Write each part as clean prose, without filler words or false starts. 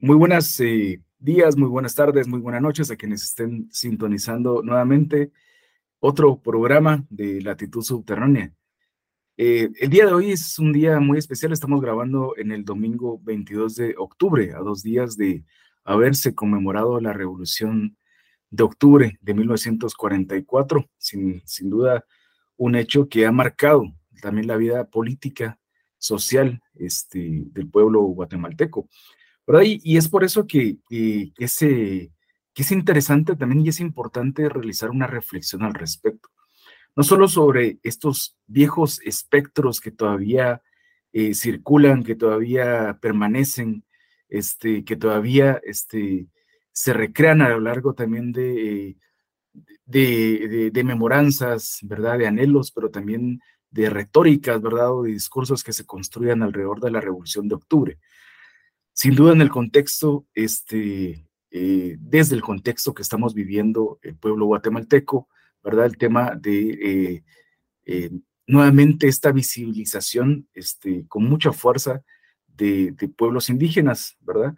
Muy buenos días, muy buenas tardes, muy buenas noches a quienes estén sintonizando nuevamente otro programa de Latitud Subterránea. El día de hoy es un día muy especial, estamos grabando en el domingo 22 de octubre, a 2 días de haberse conmemorado la Revolución de Octubre de 1944, sin duda un hecho que ha marcado también la vida política, social del pueblo guatemalteco. ¿Verdad? Y es por eso que es interesante también y es importante realizar una reflexión al respecto. No solo sobre estos viejos espectros que todavía circulan, que todavía permanecen, que todavía se recrean a lo largo también de memoranzas, ¿verdad? De anhelos, pero también de retóricas, ¿verdad? O de discursos que se construyan alrededor de la Revolución de Octubre. Sin duda en el contexto, desde el contexto que estamos viviendo el pueblo guatemalteco, ¿verdad? El tema de eh, nuevamente esta visibilización con mucha fuerza de pueblos indígenas, ¿verdad?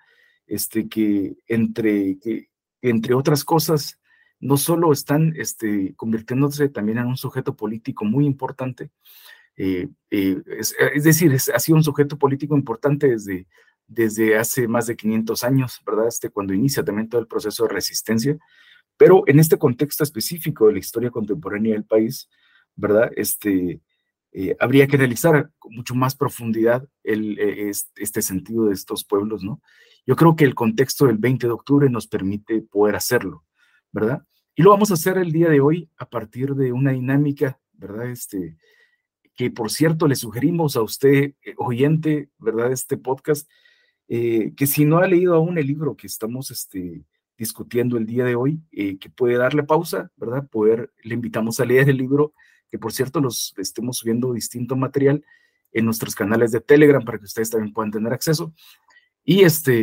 Que entre otras cosas, no solo están convirtiéndose también en un sujeto político muy importante, es decir, ha sido un sujeto político importante desde hace más de 500 años, ¿verdad? Cuando inicia también todo el proceso de resistencia, pero en este contexto específico de la historia contemporánea del país, ¿verdad? Habría que analizar con mucho más profundidad este sentido de estos pueblos, ¿no? Yo creo que el contexto del 20 de octubre nos permite poder hacerlo, ¿verdad? Y lo vamos a hacer el día de hoy a partir de una dinámica, ¿verdad? Que por cierto le sugerimos a usted, oyente, ¿verdad? Este podcast, que si no ha leído aún el libro que estamos discutiendo el día de hoy, que puede darle pausa, ¿verdad? Le invitamos a leer el libro, que por cierto los estemos subiendo distinto material en nuestros canales de Telegram para que ustedes también puedan tener acceso y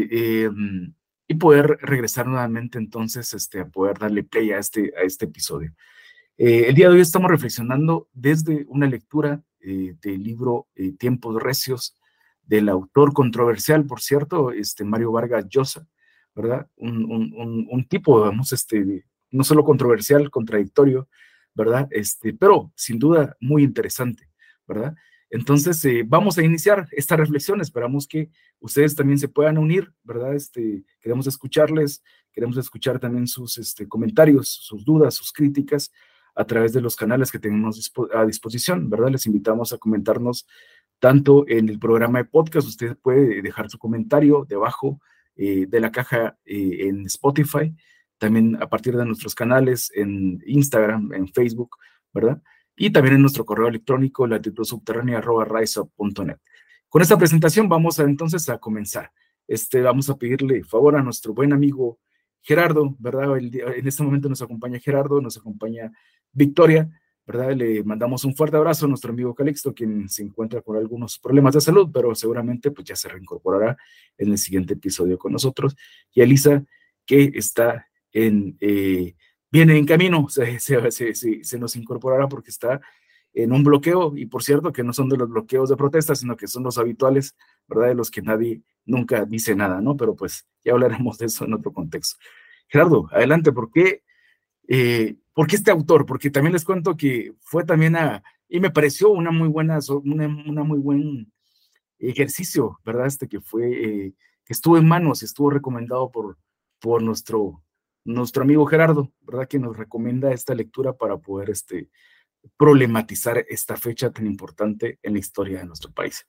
y poder regresar nuevamente entonces a poder darle play a este episodio. El día de hoy estamos reflexionando desde una lectura del libro Tiempos Recios, del autor controversial, por cierto, Mario Vargas Llosa, ¿verdad? Un tipo, vamos, no solo controversial, contradictorio, ¿verdad? Pero sin duda muy interesante, ¿verdad? Entonces, vamos a iniciar esta reflexión, esperamos que ustedes también se puedan unir, ¿verdad? Queremos escucharles, queremos escuchar también sus comentarios, sus dudas, sus críticas, a través de los canales que tenemos a disposición, ¿verdad? Les invitamos a comentarnos tanto en el programa de podcast, usted puede dejar su comentario debajo de la caja en Spotify, también a partir de nuestros canales en Instagram, en Facebook, ¿verdad? Y también en nuestro correo electrónico latitudsubterránea@riseup.net. Con esta presentación vamos entonces a comenzar. Vamos a pedirle favor a nuestro buen amigo Gerardo, ¿verdad? En este momento nos acompaña Gerardo, nos acompaña Victoria, ¿verdad? Le mandamos un fuerte abrazo a nuestro amigo Calixto, quien se encuentra con algunos problemas de salud, pero seguramente pues ya se reincorporará en el siguiente episodio con nosotros. Y a Elisa, que está viene en camino, se nos incorporará porque está en un bloqueo, y por cierto que no son de los bloqueos de protesta, sino que son los habituales, ¿verdad? De los que nadie nunca dice nada, ¿no? Pero pues ya hablaremos de eso en otro contexto. Gerardo, adelante, ¿por qué este autor? Porque también les cuento que fue también y me pareció una muy buen ejercicio, ¿verdad? Que estuvo en manos, estuvo recomendado por nuestro amigo Gerardo, ¿verdad? Que nos recomienda esta lectura para poder problematizar esta fecha tan importante en la historia de nuestro país.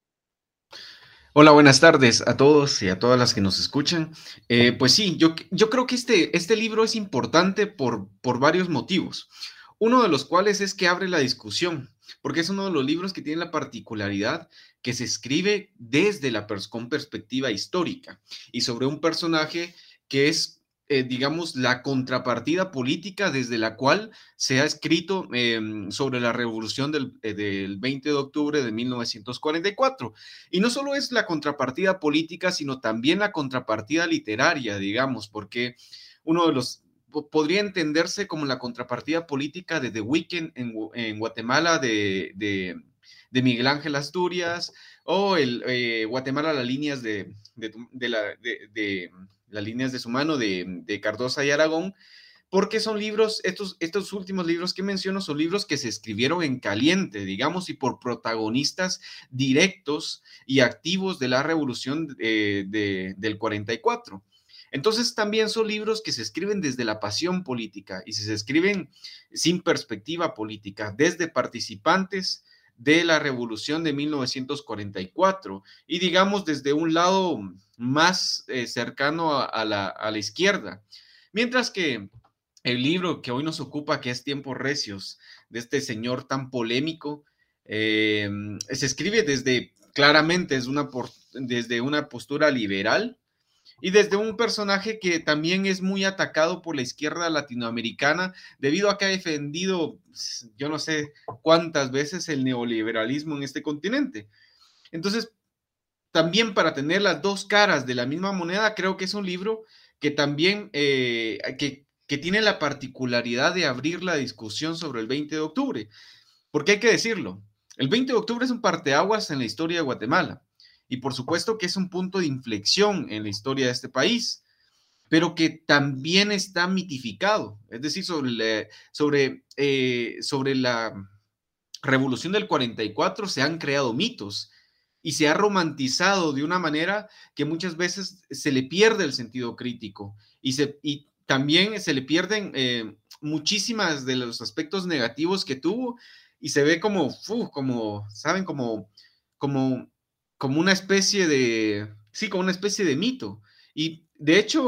Hola, buenas tardes a todos y a todas las que nos escuchan. Pues sí, yo creo que este libro es importante por varios motivos. Uno de los cuales es que abre la discusión, porque es uno de los libros que tiene la particularidad que se escribe desde con perspectiva histórica y sobre un personaje que es, digamos, la contrapartida política desde la cual se ha escrito sobre la revolución del 20 de octubre de 1944. Y no solo es la contrapartida política, sino también la contrapartida literaria, digamos, porque uno de los podría entenderse como la contrapartida política de The Weeknd en Guatemala Miguel Ángel Asturias, o el Guatemala, las líneas las líneas de su mano de Cardosa y Aragón, porque son libros, estos últimos libros que menciono son libros que se escribieron en caliente, digamos, y por protagonistas directos y activos de la revolución del 44. Entonces también son libros que se escriben desde la pasión política y se escriben sin perspectiva política, desde participantes de la revolución de 1944 y digamos desde un lado más cercano a la izquierda. Mientras que el libro que hoy nos ocupa, que es Tiempos Recios, de este señor tan polémico, se escribe claramente desde una postura liberal y desde un personaje que también es muy atacado por la izquierda latinoamericana debido a que ha defendido, yo no sé cuántas veces, el neoliberalismo en este continente. Entonces, también para tener las dos caras de la misma moneda, creo que es un libro que también que tiene la particularidad de abrir la discusión sobre el 20 de octubre. Porque hay que decirlo, el 20 de octubre es un parteaguas en la historia de Guatemala. Y por supuesto que es un punto de inflexión en la historia de este país, pero que también está mitificado. Es decir, sobre la revolución del 44 se han creado mitos y se ha romantizado de una manera que muchas veces se le pierde el sentido crítico y también se le pierden muchísimas de los aspectos negativos que tuvo y se ve ¿saben? Como una especie como una especie de mito. Y de hecho,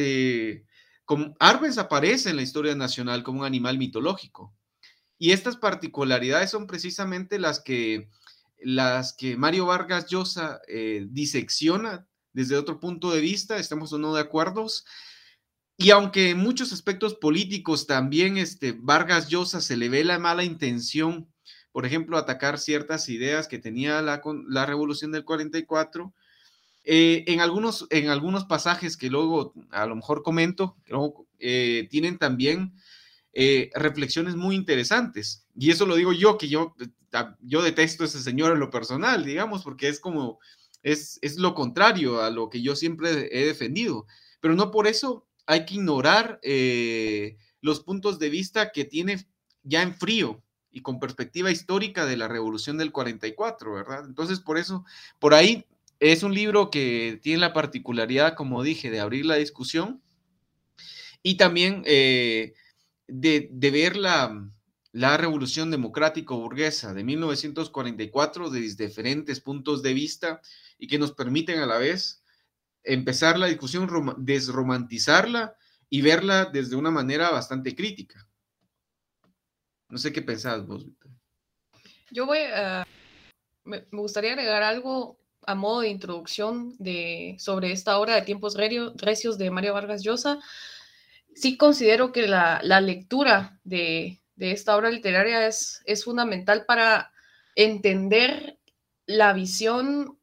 como Arbenz aparece en la historia nacional como un animal mitológico. Y estas particularidades son precisamente las que Mario Vargas Llosa disecciona desde otro punto de vista, estamos o no de acuerdo. Y aunque en muchos aspectos políticos también Vargas Llosa se le ve la mala intención, por ejemplo, atacar ciertas ideas que tenía la revolución del 44, en algunos pasajes que luego a lo mejor comento, tienen también reflexiones muy interesantes. Y eso lo digo yo, que yo detesto a ese señor en lo personal, digamos, porque es lo contrario a lo que yo siempre he defendido. Pero no por eso hay que ignorar los puntos de vista que tiene ya en frío y con perspectiva histórica de la revolución del 44, ¿verdad? Entonces, por ahí es un libro que tiene la particularidad, como dije, de abrir la discusión y también de ver la revolución democrático-burguesa de 1944 desde diferentes puntos de vista y que nos permiten a la vez empezar la discusión, desromantizarla y verla desde una manera bastante crítica. No sé qué pensás vos, Víctor. Yo me gustaría agregar algo a modo de introducción sobre esta obra de Tiempos Recios de Mario Vargas Llosa. Sí considero que la lectura de esta obra literaria es fundamental para entender la visión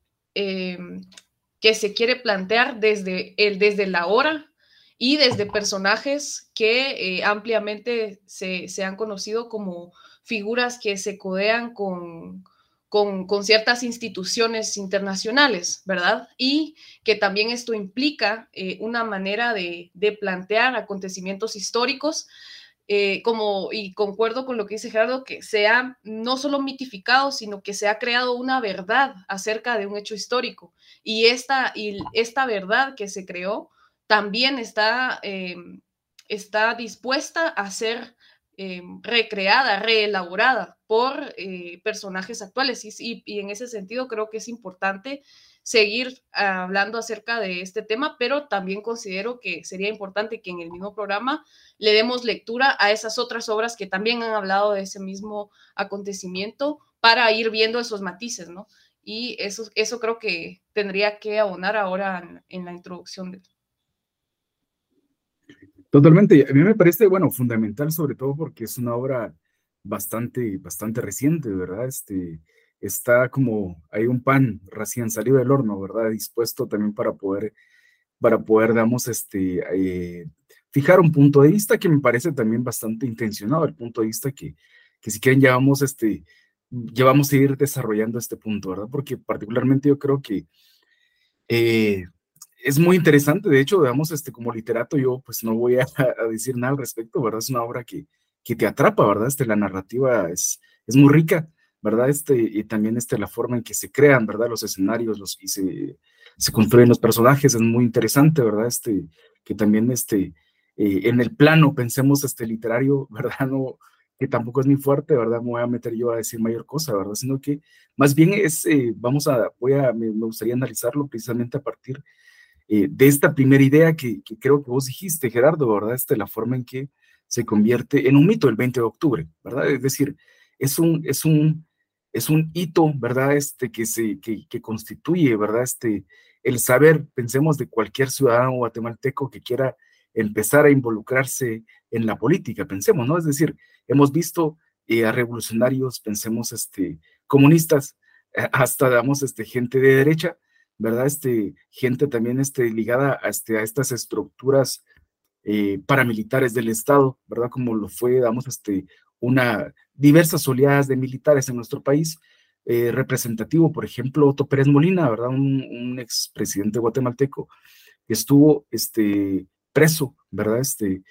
que se quiere plantear desde el ahora y desde personajes que ampliamente se han conocido como figuras que se codean con ciertas instituciones internacionales, ¿verdad? Y que también esto implica una manera de plantear acontecimientos históricos, y concuerdo con lo que dice Gerardo, que se ha no solo mitificado, sino que se ha creado una verdad acerca de un hecho histórico. Y esta verdad que se creó también está dispuesta a ser recreada, reelaborada por personajes actuales. Y en ese sentido creo que es importante seguir hablando acerca de este tema, pero también considero que sería importante que en el mismo programa le demos lectura a esas otras obras que también han hablado de ese mismo acontecimiento para ir viendo esos matices, ¿no? Y eso creo que tendría que abonar ahora en la introducción de... Totalmente. A mí me parece, bueno, fundamental, sobre todo porque es una obra bastante reciente, ¿verdad? Está como, hay un pan recién salido del horno, ¿verdad? Dispuesto también para poder, digamos, fijar un punto de vista que me parece también bastante intencionado, el punto de vista que si quieren llamamos, vamos a ir desarrollando este punto, ¿verdad? Porque particularmente yo creo que es muy interesante. De hecho, digamos, como literato yo pues no voy a decir nada al respecto, ¿verdad? Es una obra que te atrapa, ¿verdad? La narrativa es muy rica, ¿verdad? Y también la forma en que se crean, ¿verdad? Los escenarios y se construyen los personajes es muy interesante, ¿verdad? Que también en el plano, pensemos, literario, ¿verdad? No, que tampoco es muy fuerte, ¿verdad? Me voy a meter yo a decir mayor cosa, ¿verdad? Sino que más bien me gustaría analizarlo precisamente a partir de esta primera idea que creo que vos dijiste, Gerardo, ¿verdad? La forma en que se convierte en un mito el 20 de octubre, ¿verdad? Es decir, es un hito, ¿verdad? Que constituye, ¿verdad? El saber, pensemos, de cualquier ciudadano guatemalteco que quiera empezar a involucrarse en la política, pensemos, ¿no? Es decir, hemos visto a revolucionarios, pensemos, comunistas, hasta, digamos, gente de derecha, ¿verdad? Gente también ligada a estas estructuras paramilitares del Estado, ¿verdad? Como lo fue, digamos, diversas oleadas de militares en nuestro país, representativo, por ejemplo, Otto Pérez Molina, ¿verdad? Un expresidente guatemalteco que estuvo preso, ¿verdad?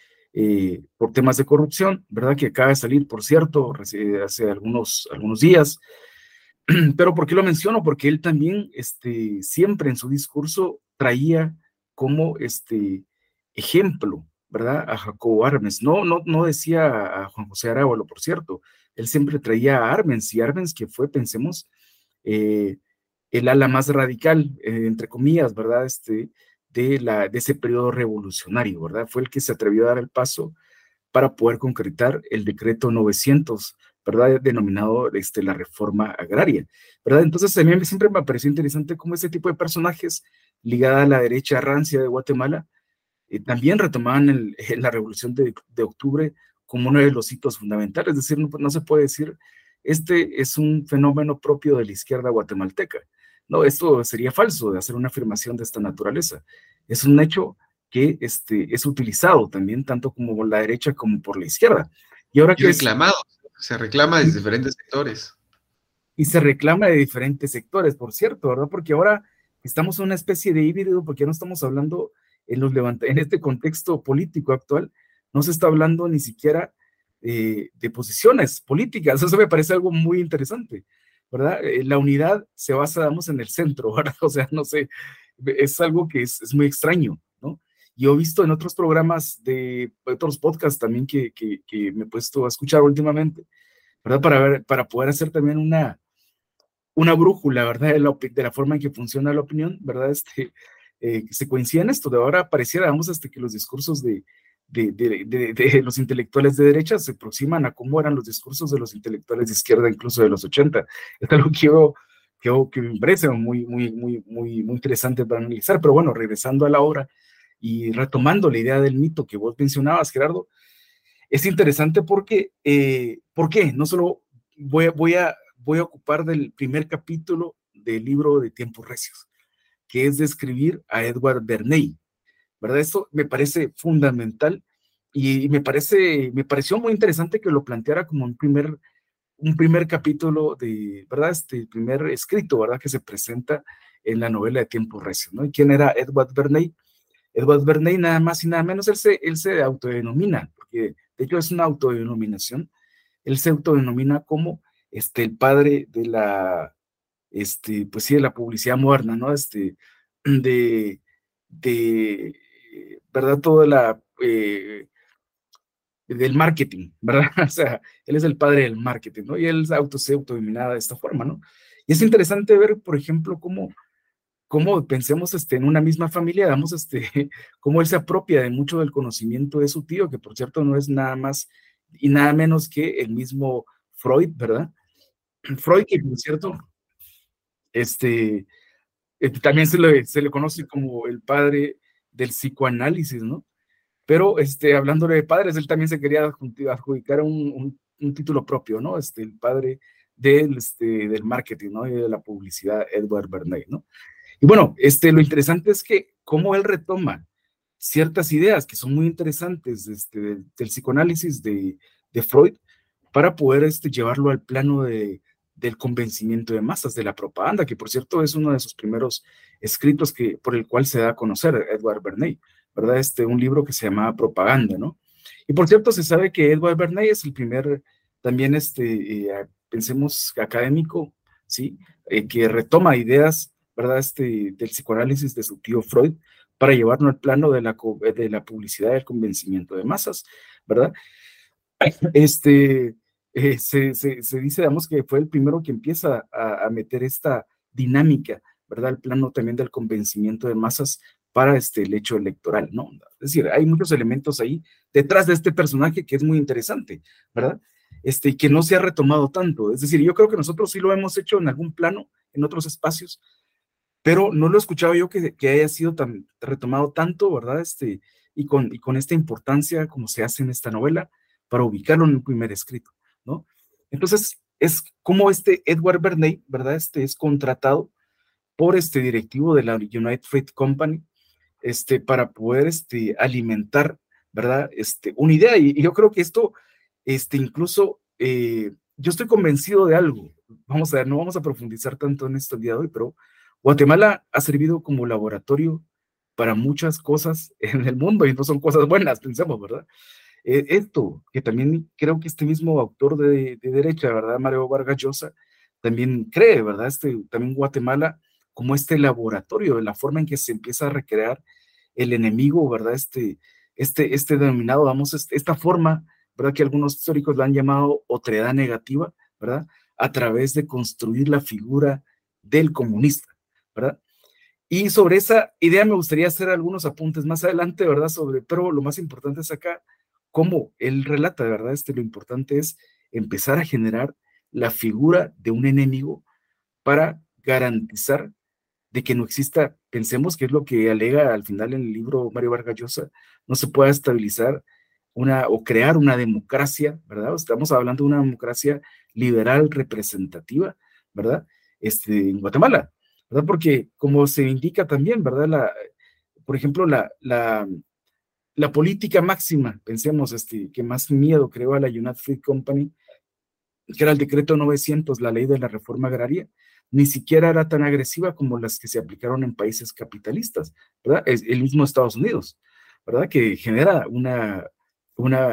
Por temas de corrupción, ¿verdad? Que acaba de salir, por cierto, hace algunos días. Pero ¿por qué lo menciono? Porque él también siempre en su discurso traía como ejemplo, ¿verdad? A Jacobo Arbenz. No decía a Juan José Arevalo, por cierto. Él siempre traía a Arbenz, y Arbenz que fue, pensemos, eh, el ala más radical, entre comillas, ¿verdad? De ese periodo revolucionario, ¿verdad? Fue el que se atrevió a dar el paso para poder concretar el decreto 900, ¿verdad? Denominado la reforma agraria, ¿verdad? Entonces a mí siempre me pareció interesante cómo este tipo de personajes ligada a la derecha rancia de Guatemala también retomaban la revolución de octubre como uno de los hitos fundamentales. Es decir, no se puede decir, este es un fenómeno propio de la izquierda guatemalteca. No, esto sería falso de hacer una afirmación de esta naturaleza. Es un hecho que es utilizado también tanto como por la derecha como por la izquierda. Y ahora y reclamado, se reclama desde diferentes sectores. Y se reclama de diferentes sectores, por cierto, ¿verdad? Porque ahora estamos en una especie de híbrido, porque ya no estamos hablando en este contexto político actual, no se está hablando ni siquiera de posiciones políticas. Eso me parece algo muy interesante, ¿verdad? La unidad se basa, digamos, en el centro, ¿verdad? O sea, no sé, es algo que es muy extraño, ¿no? Yo he visto en otros programas de otros podcasts también que me he puesto a escuchar últimamente, ¿verdad? Para poder hacer también una brújula, ¿verdad? De la forma en que funciona la opinión, ¿verdad? Que se coincide en esto. De ahora pareciera, vamos, que los discursos de los intelectuales de derecha se aproximan a cómo eran los discursos de los intelectuales de izquierda, incluso de los 80. Es algo que me parece muy interesante para analizar. Pero bueno, regresando a la obra y retomando la idea del mito que vos mencionabas, Gerardo, es interesante porque, ¿por qué? No solo voy a ocupar del primer capítulo del libro de Tiempos Recios, que es describir a Edward Bernays, ¿verdad? Esto me parece fundamental y me pareció muy interesante que lo planteara como un primer capítulo ¿verdad? Primer escrito, ¿verdad? Que se presenta en la novela de Tiempos Recios, ¿no? ¿Y quién era Edward Bernays? Edward Bernays, nada más y nada menos, él se autodenomina, porque de hecho es una autodenominación. Él se autodenomina como el padre de pues sí, de la publicidad moderna, ¿no? De, ¿verdad? Del marketing, ¿verdad? O sea, él es el padre del marketing, ¿no? Y él se autodenomina de esta forma, ¿no? Y es interesante ver, por ejemplo, cómo pensemos en una misma familia, damos cómo él se apropia de mucho del conocimiento de su tío, que por cierto no es nada más y nada menos que el mismo Freud, ¿verdad? Freud, que por cierto, también se le conoce como el padre del psicoanálisis, ¿no? Pero hablándole de padres, él también se quería adjudicar un título propio, ¿no? El padre del marketing, ¿no? Y de la publicidad, Edward Bernays, ¿no? Y bueno, lo interesante es que cómo él retoma ciertas ideas que son muy interesantes del psicoanálisis de Freud para poder llevarlo al plano de del convencimiento de masas, de la propaganda, que por cierto es uno de sus primeros escritos por el cual se da a conocer Edward Bernays, ¿verdad? Un libro que se llamaba Propaganda, ¿no? Y por cierto, se sabe que Edward Bernays es el primer, también pensemos, académico, ¿sí? Que retoma ideas, ¿verdad? Del psicoanálisis de su tío Freud para llevarlo al plano de la publicidad del convencimiento de masas, ¿verdad? Se dice, digamos, que fue el primero que empieza a meter esta dinámica, ¿verdad? El plano también del convencimiento de masas para el hecho electoral, ¿no? Es decir, hay muchos elementos ahí detrás de este personaje que es muy interesante, ¿verdad? Y que no se ha retomado tanto. Es decir, yo creo que nosotros sí lo hemos hecho en algún plano, en otros espacios, pero no lo he escuchado yo que haya sido tan retomado tanto, ¿verdad? Y con esta importancia como se hace en esta novela para ubicarlo en un primer escrito, ¿no? Entonces, es como Edward Bernays, ¿verdad? Es contratado por este directivo de la United Fruit Company, para poder alimentar, ¿verdad? Una idea. Y yo creo que esto, incluso, yo estoy convencido de algo. Vamos a ver, no vamos a profundizar tanto en esto el día de hoy, pero Guatemala ha servido como laboratorio para muchas cosas en el mundo y no son cosas buenas, pensemos, ¿verdad? Esto, que también creo que este mismo autor de derecha, ¿verdad? Mario Vargas Llosa, también cree, ¿verdad? También Guatemala como laboratorio, de la forma en que se empieza a recrear el enemigo, ¿verdad? Denominado, vamos, esta forma, ¿verdad? Que algunos históricos la han llamado otredad negativa, ¿verdad? A través de construir la figura del comunista, ¿verdad? Y sobre esa idea me gustaría hacer algunos apuntes más adelante, ¿verdad? Pero lo más importante es acá, cómo él relata, ¿verdad? Lo importante es empezar a generar la figura de un enemigo para garantizar de que no exista, pensemos que es lo que alega al final en el libro Mario Vargas Llosa, no se pueda estabilizar o crear una democracia, ¿verdad? Estamos hablando de una democracia liberal representativa, ¿verdad? En Guatemala, ¿verdad? Porque como se indica también, ¿verdad? Por ejemplo, la política máxima, pensemos, que más miedo creó a la United Fruit Company, que era el decreto 900, la ley de la reforma agraria, ni siquiera era tan agresiva como las que se aplicaron en países capitalistas, ¿verdad? Es el mismo Estados Unidos, ¿verdad? Que genera una,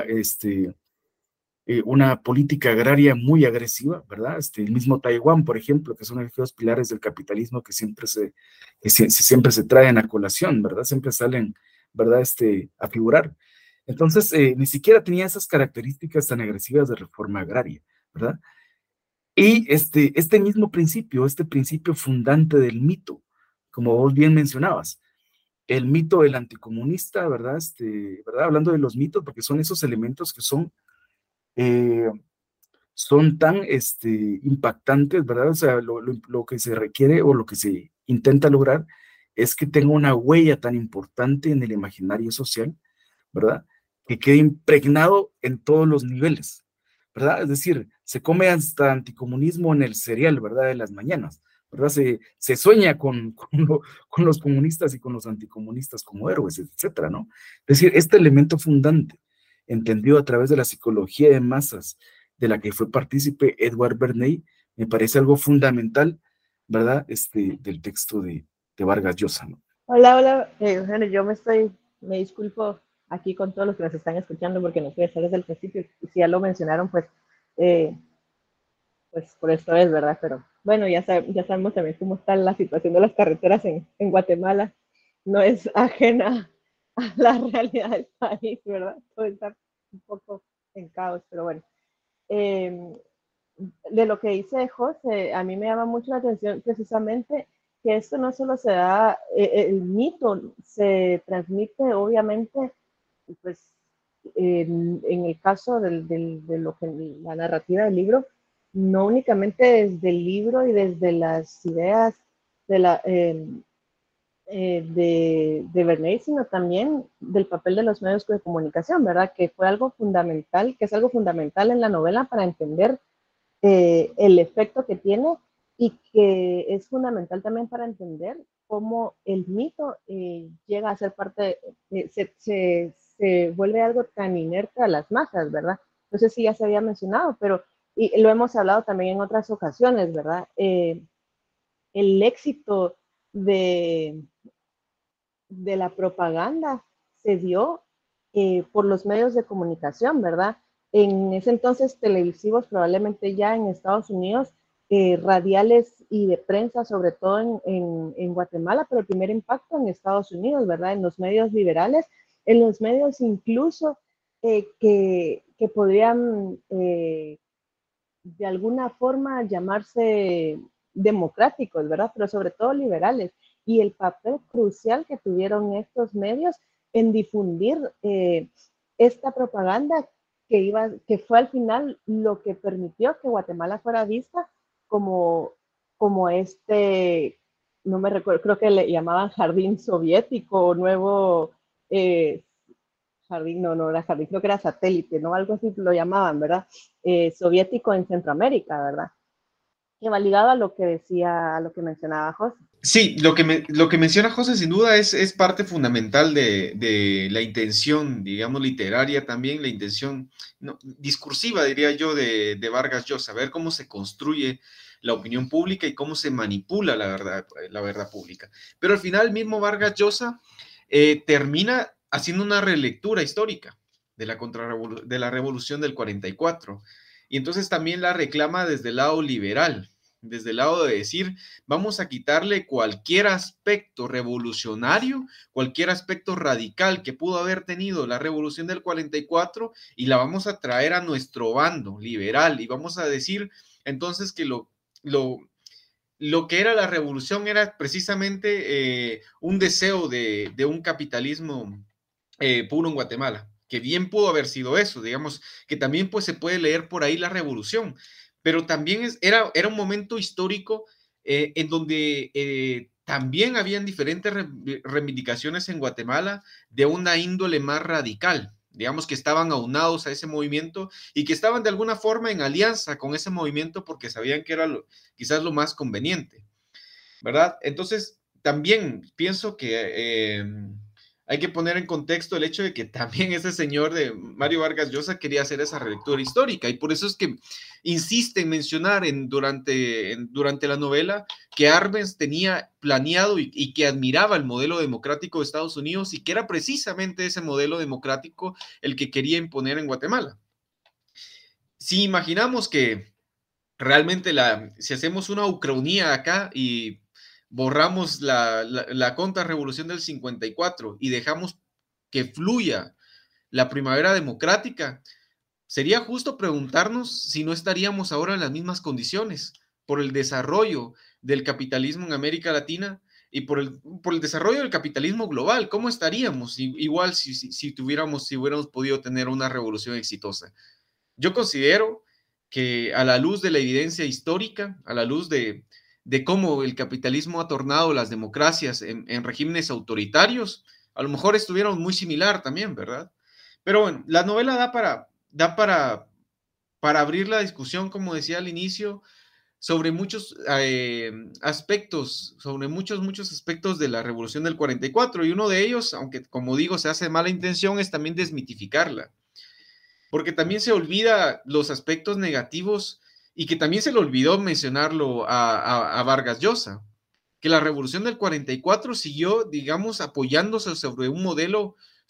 una política agraria muy agresiva, ¿verdad? El mismo Taiwán, por ejemplo, que son los pilares del capitalismo que siempre se traen a colación, ¿verdad? Siempre salen, ¿verdad? A figurar. Entonces, ni siquiera tenía esas características tan agresivas de reforma agraria, ¿verdad? Y este mismo principio, este principio fundante del mito, como vos bien mencionabas, el mito del anticomunista, ¿verdad? ¿Verdad? Hablando de los mitos, porque son esos elementos que eh, son tan impactantes, ¿verdad? O sea, lo que se requiere o lo que se intenta lograr es que tenga una huella tan importante en el imaginario social, ¿verdad? Que quede impregnado en todos los niveles, ¿verdad? Es decir, se come hasta anticomunismo en el cereal, ¿verdad? De las mañanas, ¿verdad? Se sueña con los comunistas y con los anticomunistas como héroes, etcétera, ¿no? Es decir, este elemento fundante, entendido a través de la psicología de masas, de la que fue partícipe Edward Bernays, me parece algo fundamental, ¿verdad? Del texto de Vargas Llosa, ¿no? Hola, hola, bueno, me disculpo aquí con todos los que nos están escuchando porque no pude estar desde el principio y si ya lo mencionaron, eh, pues por esto es, ¿verdad? Pero bueno, ya sabemos también cómo está la situación de las carreteras en Guatemala, no es ajena a la realidad del país, ¿verdad? Todo está un poco en caos, pero bueno. Eh, de lo que dice José, a mí me llama mucho la atención precisamente que esto no solo se da, el mito se transmite obviamente, pues en el caso de lo que la narrativa del libro, no únicamente desde el libro y desde las ideas de la, de Bernays, sino también del papel de los medios de comunicación, ¿verdad? Que fue algo fundamental, que es algo fundamental en la novela para entender el efecto que tiene y que es fundamental también para entender cómo el mito llega a ser parte, se vuelve algo tan inerte a las masas, ¿verdad? No sé si ya se había mencionado, pero y lo hemos hablado también en otras ocasiones, ¿verdad? El éxito de la propaganda se dio por los medios de comunicación, ¿verdad? En ese entonces televisivos, probablemente ya en Estados Unidos, radiales y de prensa, sobre todo en Guatemala, pero el primer impacto en Estados Unidos, ¿verdad? En los medios liberales, en los medios incluso que podrían de alguna forma llamarse democráticos, ¿verdad? Pero sobre todo liberales. Y el papel crucial que tuvieron estos medios en difundir esta propaganda que fue al final lo que permitió que Guatemala fuera vista como no me recuerdo, creo que le llamaban jardín soviético o nuevo jardín, no era jardín, creo que era satélite, ¿no? Algo así lo llamaban, ¿verdad? Soviético en Centroamérica, ¿verdad? Que va ligado a lo que decía, a lo que mencionaba José. Sí, lo que menciona José sin duda es parte fundamental de la intención, digamos, literaria también, la intención discursiva, diría yo, de Vargas Llosa, ver cómo se construye la opinión pública y cómo se manipula la verdad pública. Pero al final mismo Vargas Llosa termina haciendo una relectura histórica de la revolución del 44, y entonces también la reclama desde el lado liberal, desde el lado de decir, vamos a quitarle cualquier aspecto revolucionario, cualquier aspecto radical que pudo haber tenido la revolución del 44 y la vamos a traer a nuestro bando liberal, y vamos a decir entonces que lo que era la revolución era precisamente un deseo de un capitalismo puro en Guatemala, que bien pudo haber sido eso, digamos, que también pues se puede leer por ahí la revolución, pero también era un momento histórico en donde también habían diferentes reivindicaciones en Guatemala de una índole más radical, digamos, que estaban aunados a ese movimiento y que estaban de alguna forma en alianza con ese movimiento porque sabían que era quizás lo más conveniente, ¿verdad? Entonces, también pienso que hay que poner en contexto el hecho de que también ese señor de Mario Vargas Llosa quería hacer esa relectura histórica, y por eso es que insiste en mencionar durante la novela que Arbenz tenía planeado y que admiraba el modelo democrático de Estados Unidos y que era precisamente ese modelo democrático el que quería imponer en Guatemala. Si imaginamos que realmente si hacemos una ucronía acá y borramos la contrarrevolución del 54 y dejamos que fluya la primavera democrática, sería justo preguntarnos si no estaríamos ahora en las mismas condiciones por el desarrollo del capitalismo en América Latina y por el desarrollo del capitalismo global. ¿Cómo estaríamos igual si hubiéramos podido tener una revolución exitosa? Yo considero que a la luz de la evidencia histórica, a la luz de cómo el capitalismo ha tornado las democracias en regímenes autoritarios, a lo mejor estuviéramos muy similar también, ¿verdad? Pero bueno, la novela da para abrir la discusión, como decía al inicio, sobre muchos aspectos, sobre muchos aspectos de la revolución del 44, y uno de ellos, aunque como digo, se hace mala intención, es también desmitificarla, porque también se olvida los aspectos negativos y que también se le olvidó mencionarlo a Vargas Llosa, que la revolución del 44 siguió, digamos, apoyándose sobre un modelo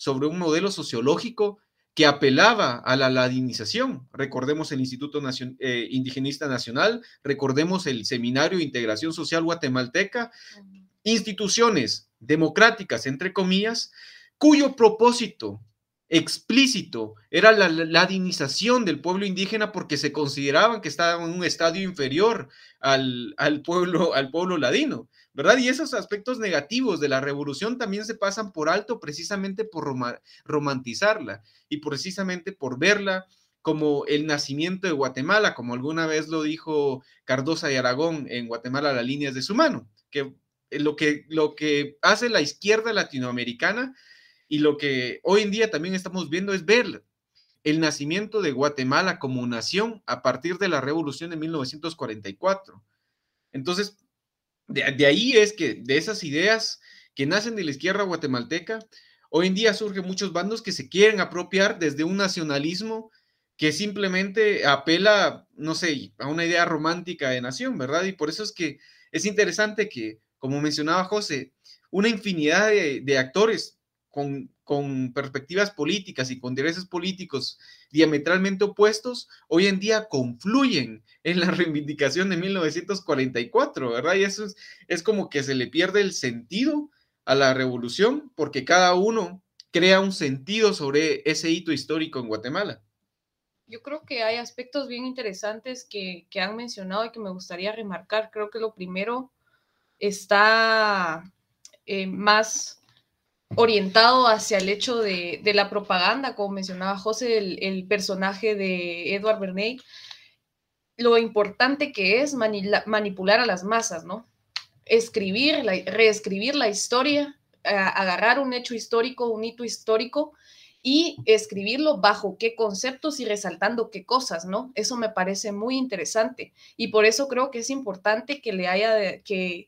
sociológico que apelaba a la ladinización. Recordemos el Instituto Indigenista Nacional, recordemos el Seminario de Integración Social Guatemalteca, instituciones democráticas, entre comillas, cuyo propósito explícito era la ladinización del pueblo indígena porque se consideraban que estaban en un estadio inferior al pueblo ladino, ¿verdad? Y esos aspectos negativos de la revolución también se pasan por alto precisamente por romantizarla y precisamente por verla como el nacimiento de Guatemala, como alguna vez lo dijo Cardosa y Aragón en Guatemala, las líneas de su mano, que lo que hace la izquierda latinoamericana y lo que hoy en día también estamos viendo es ver el nacimiento de Guatemala como nación a partir de la revolución de 1944. Entonces, de ahí es que de esas ideas que nacen de la izquierda guatemalteca, hoy en día surgen muchos bandos que se quieren apropiar desde un nacionalismo que simplemente apela, no sé, a una idea romántica de nación, ¿verdad? Y por eso es que es interesante que, como mencionaba José, una infinidad de actores con perspectivas políticas y con intereses políticos diametralmente opuestos, hoy en día confluyen en la reivindicación de 1944, ¿verdad? Y eso es como que se le pierde el sentido a la revolución porque cada uno crea un sentido sobre ese hito histórico en Guatemala. Yo creo que hay aspectos bien interesantes que han mencionado y que me gustaría remarcar. Creo que lo primero está más orientado hacia el hecho de la propaganda, como mencionaba José, el personaje de Edward Bernays, lo importante que es manipular a las masas, ¿no? Reescribir la historia, agarrar un hecho histórico, un hito histórico y escribirlo bajo qué conceptos y resaltando qué cosas, ¿no? Eso me parece muy interesante y por eso creo que es importante que le haya,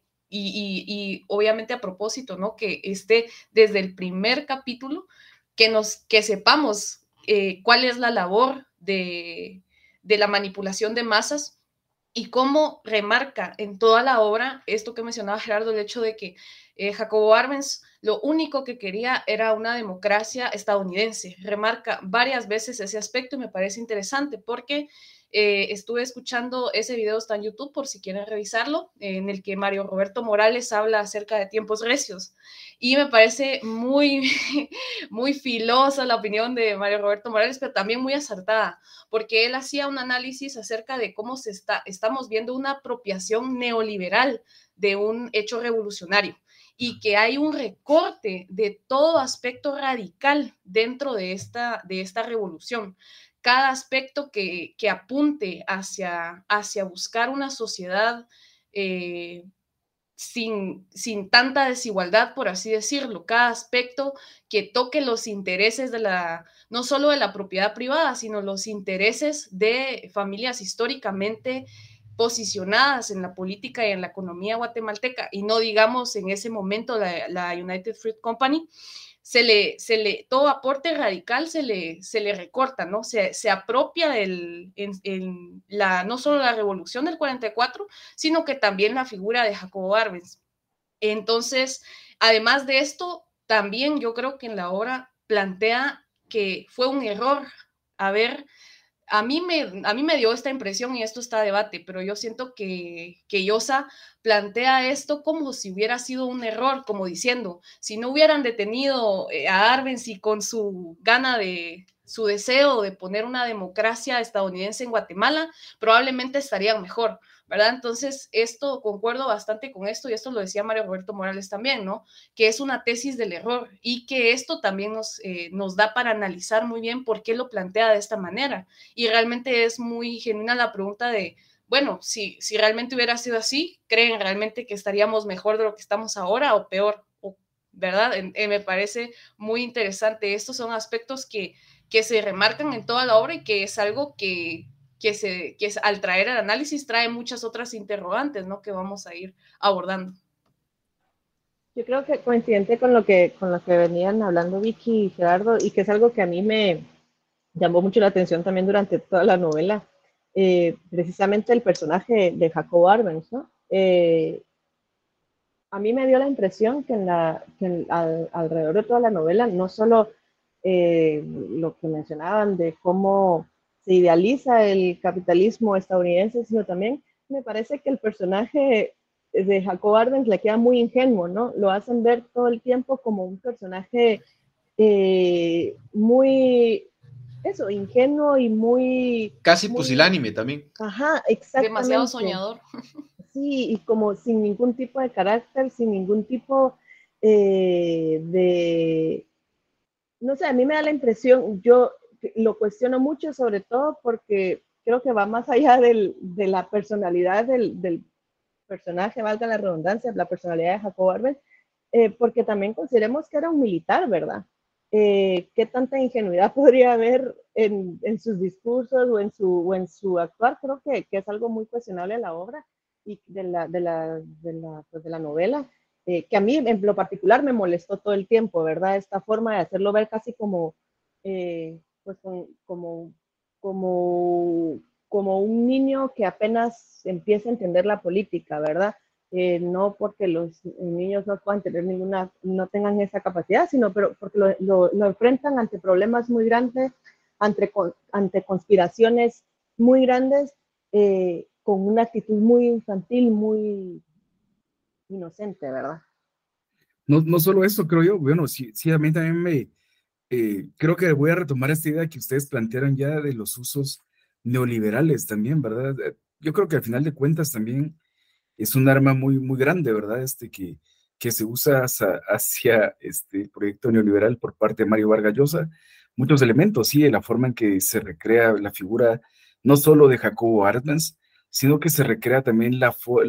y obviamente a propósito, ¿no? Que esté desde el primer capítulo, que sepamos cuál es la labor de la manipulación de masas y cómo remarca en toda la obra esto que mencionaba Gerardo, el hecho de que Jacobo Arbenz lo único que quería era una democracia estadounidense. Remarca varias veces ese aspecto y me parece interesante porque estuve escuchando ese video, está en YouTube por si quieren revisarlo, en el que Mario Roberto Morales habla acerca de tiempos recios y me parece muy, muy filosa la opinión de Mario Roberto Morales, pero también muy acertada, porque él hacía un análisis acerca de cómo estamos viendo una apropiación neoliberal de un hecho revolucionario y que hay un recorte de todo aspecto radical dentro de esta revolución. Cada aspecto que apunte hacia buscar una sociedad sin tanta desigualdad, por así decirlo, cada aspecto que toque los intereses no solo de la propiedad privada, sino los intereses de familias históricamente posicionadas en la política y en la economía guatemalteca, y no digamos en ese momento la United Fruit Company, todo aporte radical se le recorta, ¿no? Se apropia no solo la revolución del 44, sino que también la figura de Jacobo Arbenz. Entonces, además de esto, también yo creo que en la obra plantea que fue un error a mí me dio esta impresión y esto está a debate, pero yo siento que Llosa plantea esto como si hubiera sido un error, como diciendo, si no hubieran detenido a Arbenz y con su su deseo de poner una democracia estadounidense en Guatemala, probablemente estarían mejor, ¿verdad? Entonces, concuerdo bastante con esto y esto lo decía Mario Roberto Morales también, ¿no? Que es una tesis del error y que esto también nos da para analizar muy bien por qué lo plantea de esta manera. Y realmente es muy genuina la pregunta de, bueno, si realmente hubiera sido así, ¿creen realmente que estaríamos mejor de lo que estamos ahora o peor? ¿Verdad? Me parece muy interesante. Estos son aspectos que se remarcan en toda la obra y que es algo que al traer el análisis trae muchas otras interrogantes, ¿no? Que vamos a ir abordando. Yo creo que coincidente con lo que venían hablando Vicky y Gerardo, y que es algo que a mí me llamó mucho la atención también durante toda la novela, precisamente el personaje de Jacobo Arbenz, ¿no? A mí me dio la impresión que, alrededor de toda la novela, no solo lo que mencionaban de cómo se idealiza el capitalismo estadounidense, sino también me parece que el personaje de Jacobo Arbenz le queda muy ingenuo, ¿no? Lo hacen ver todo el tiempo como un personaje muy, eso, ingenuo y muy... Casi muy, pusilánime también. ajá, exactamente. Demasiado soñador. Sí, y como sin ningún tipo de carácter, sin ningún tipo no sé, a mí me da la impresión, yo lo cuestiono mucho, sobre todo porque creo que va más allá de la personalidad del personaje, valga la redundancia, la personalidad de Jacobo Arbenz, porque también consideremos que era un militar, ¿verdad? ¿Qué tanta ingenuidad podría haber en sus discursos o en su actuar? Creo que es algo muy cuestionable en la obra y pues de la novela, que a mí en lo particular me molestó todo el tiempo, ¿verdad? Esta forma de hacerlo ver casi como, pues como como, como un niño que apenas empieza a entender la política, ¿verdad? No porque los niños no puedan tener no tengan esa capacidad, sino porque lo enfrentan ante problemas muy grandes, ante conspiraciones muy grandes, con una actitud muy infantil, muy inocente, ¿verdad? No, no solo eso, creo yo, bueno, sí, sí, a mí también creo que voy a retomar esta idea que ustedes plantearon ya de los usos neoliberales también, ¿verdad? Yo creo que al final de cuentas también es un arma muy, muy grande, ¿verdad? Que se usa hacia el proyecto neoliberal por parte de Mario Vargas Llosa. Muchos elementos, sí, de la forma en que se recrea la figura no solo de Jacobo Arbenz, sino que se recrea también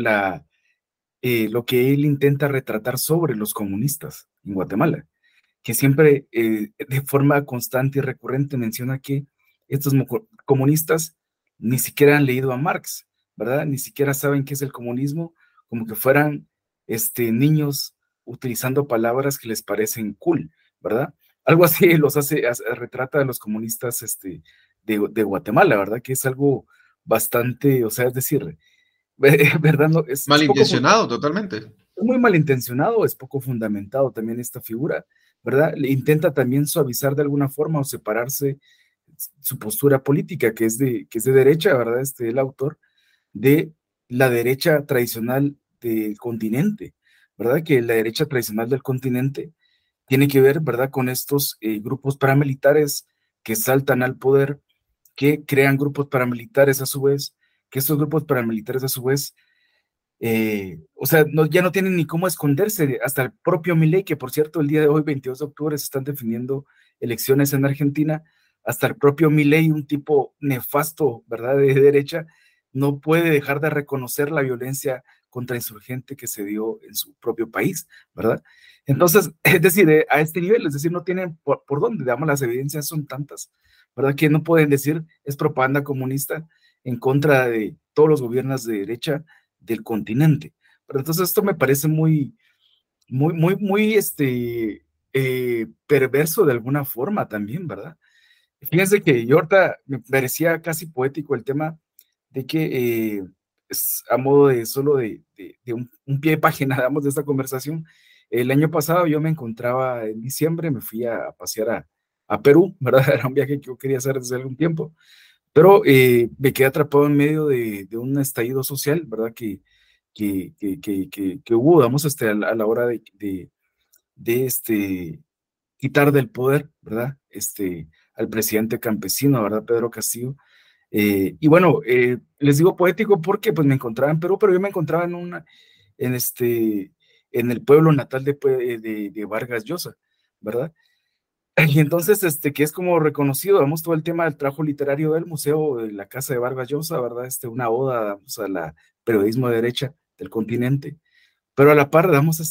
lo que él intenta retratar sobre los comunistas en Guatemala, que siempre de forma constante y recurrente menciona que estos comunistas ni siquiera han leído a Marx, ¿verdad? Ni siquiera saben qué es el comunismo, como que fueran niños utilizando palabras que les parecen cool, ¿verdad? Algo así los retrata a los comunistas de Guatemala, ¿verdad? Que es algo bastante, o sea, es decir, ¿verdad? No, es poco Malintencionado totalmente. es muy malintencionado, es poco fundamentado también esta figura, ¿verdad? Le intenta también suavizar de alguna forma o separarse su postura política, que es de derecha, ¿verdad? El autor, de la derecha tradicional del continente, ¿verdad? Que la derecha tradicional del continente tiene que ver, ¿verdad? Con estos grupos paramilitares que saltan al poder, que crean grupos paramilitares a su vez, que estos grupos paramilitares a su vez o sea, ya no tienen ni cómo esconderse, hasta el propio Milei, que por cierto el día de hoy, 22 de octubre, se están definiendo elecciones en Argentina, hasta el propio Milei, un tipo nefasto, ¿verdad?, de derecha, no puede dejar de reconocer la violencia contrainsurgente que se dio en su propio país, ¿verdad? Entonces, es decir, a este nivel, es decir, no tienen por dónde, digamos, las evidencias son tantas, ¿verdad?, que no pueden decir es propaganda comunista en contra de todos los gobiernos de derecha del continente. Pero entonces esto me parece muy, muy, muy, muy, perverso de alguna forma también, ¿verdad? Fíjense que yo ahorita me parecía casi poético el tema de que es a modo de solo de un pie de página, digamos, de esta conversación. El año pasado yo me encontraba en diciembre, me fui a pasear a Perú, ¿verdad? Era un viaje que yo quería hacer desde algún tiempo, pero me quedé atrapado en medio de un estallido social, ¿verdad? Que hubo, vamos, a la hora de quitar del poder, ¿verdad? Al presidente campesino, ¿verdad? Pedro Castillo. Y bueno, les digo poético porque pues me encontraba en Perú, pero yo me encontraba en en el pueblo natal de Vargas Llosa, ¿verdad? Y entonces, que es como reconocido, vamos, todo el tema del trabajo literario del Museo de la Casa de Vargas Llosa, ¿verdad? Una oda, vamos, a la periodismo de derecha del continente, pero a la par, damos,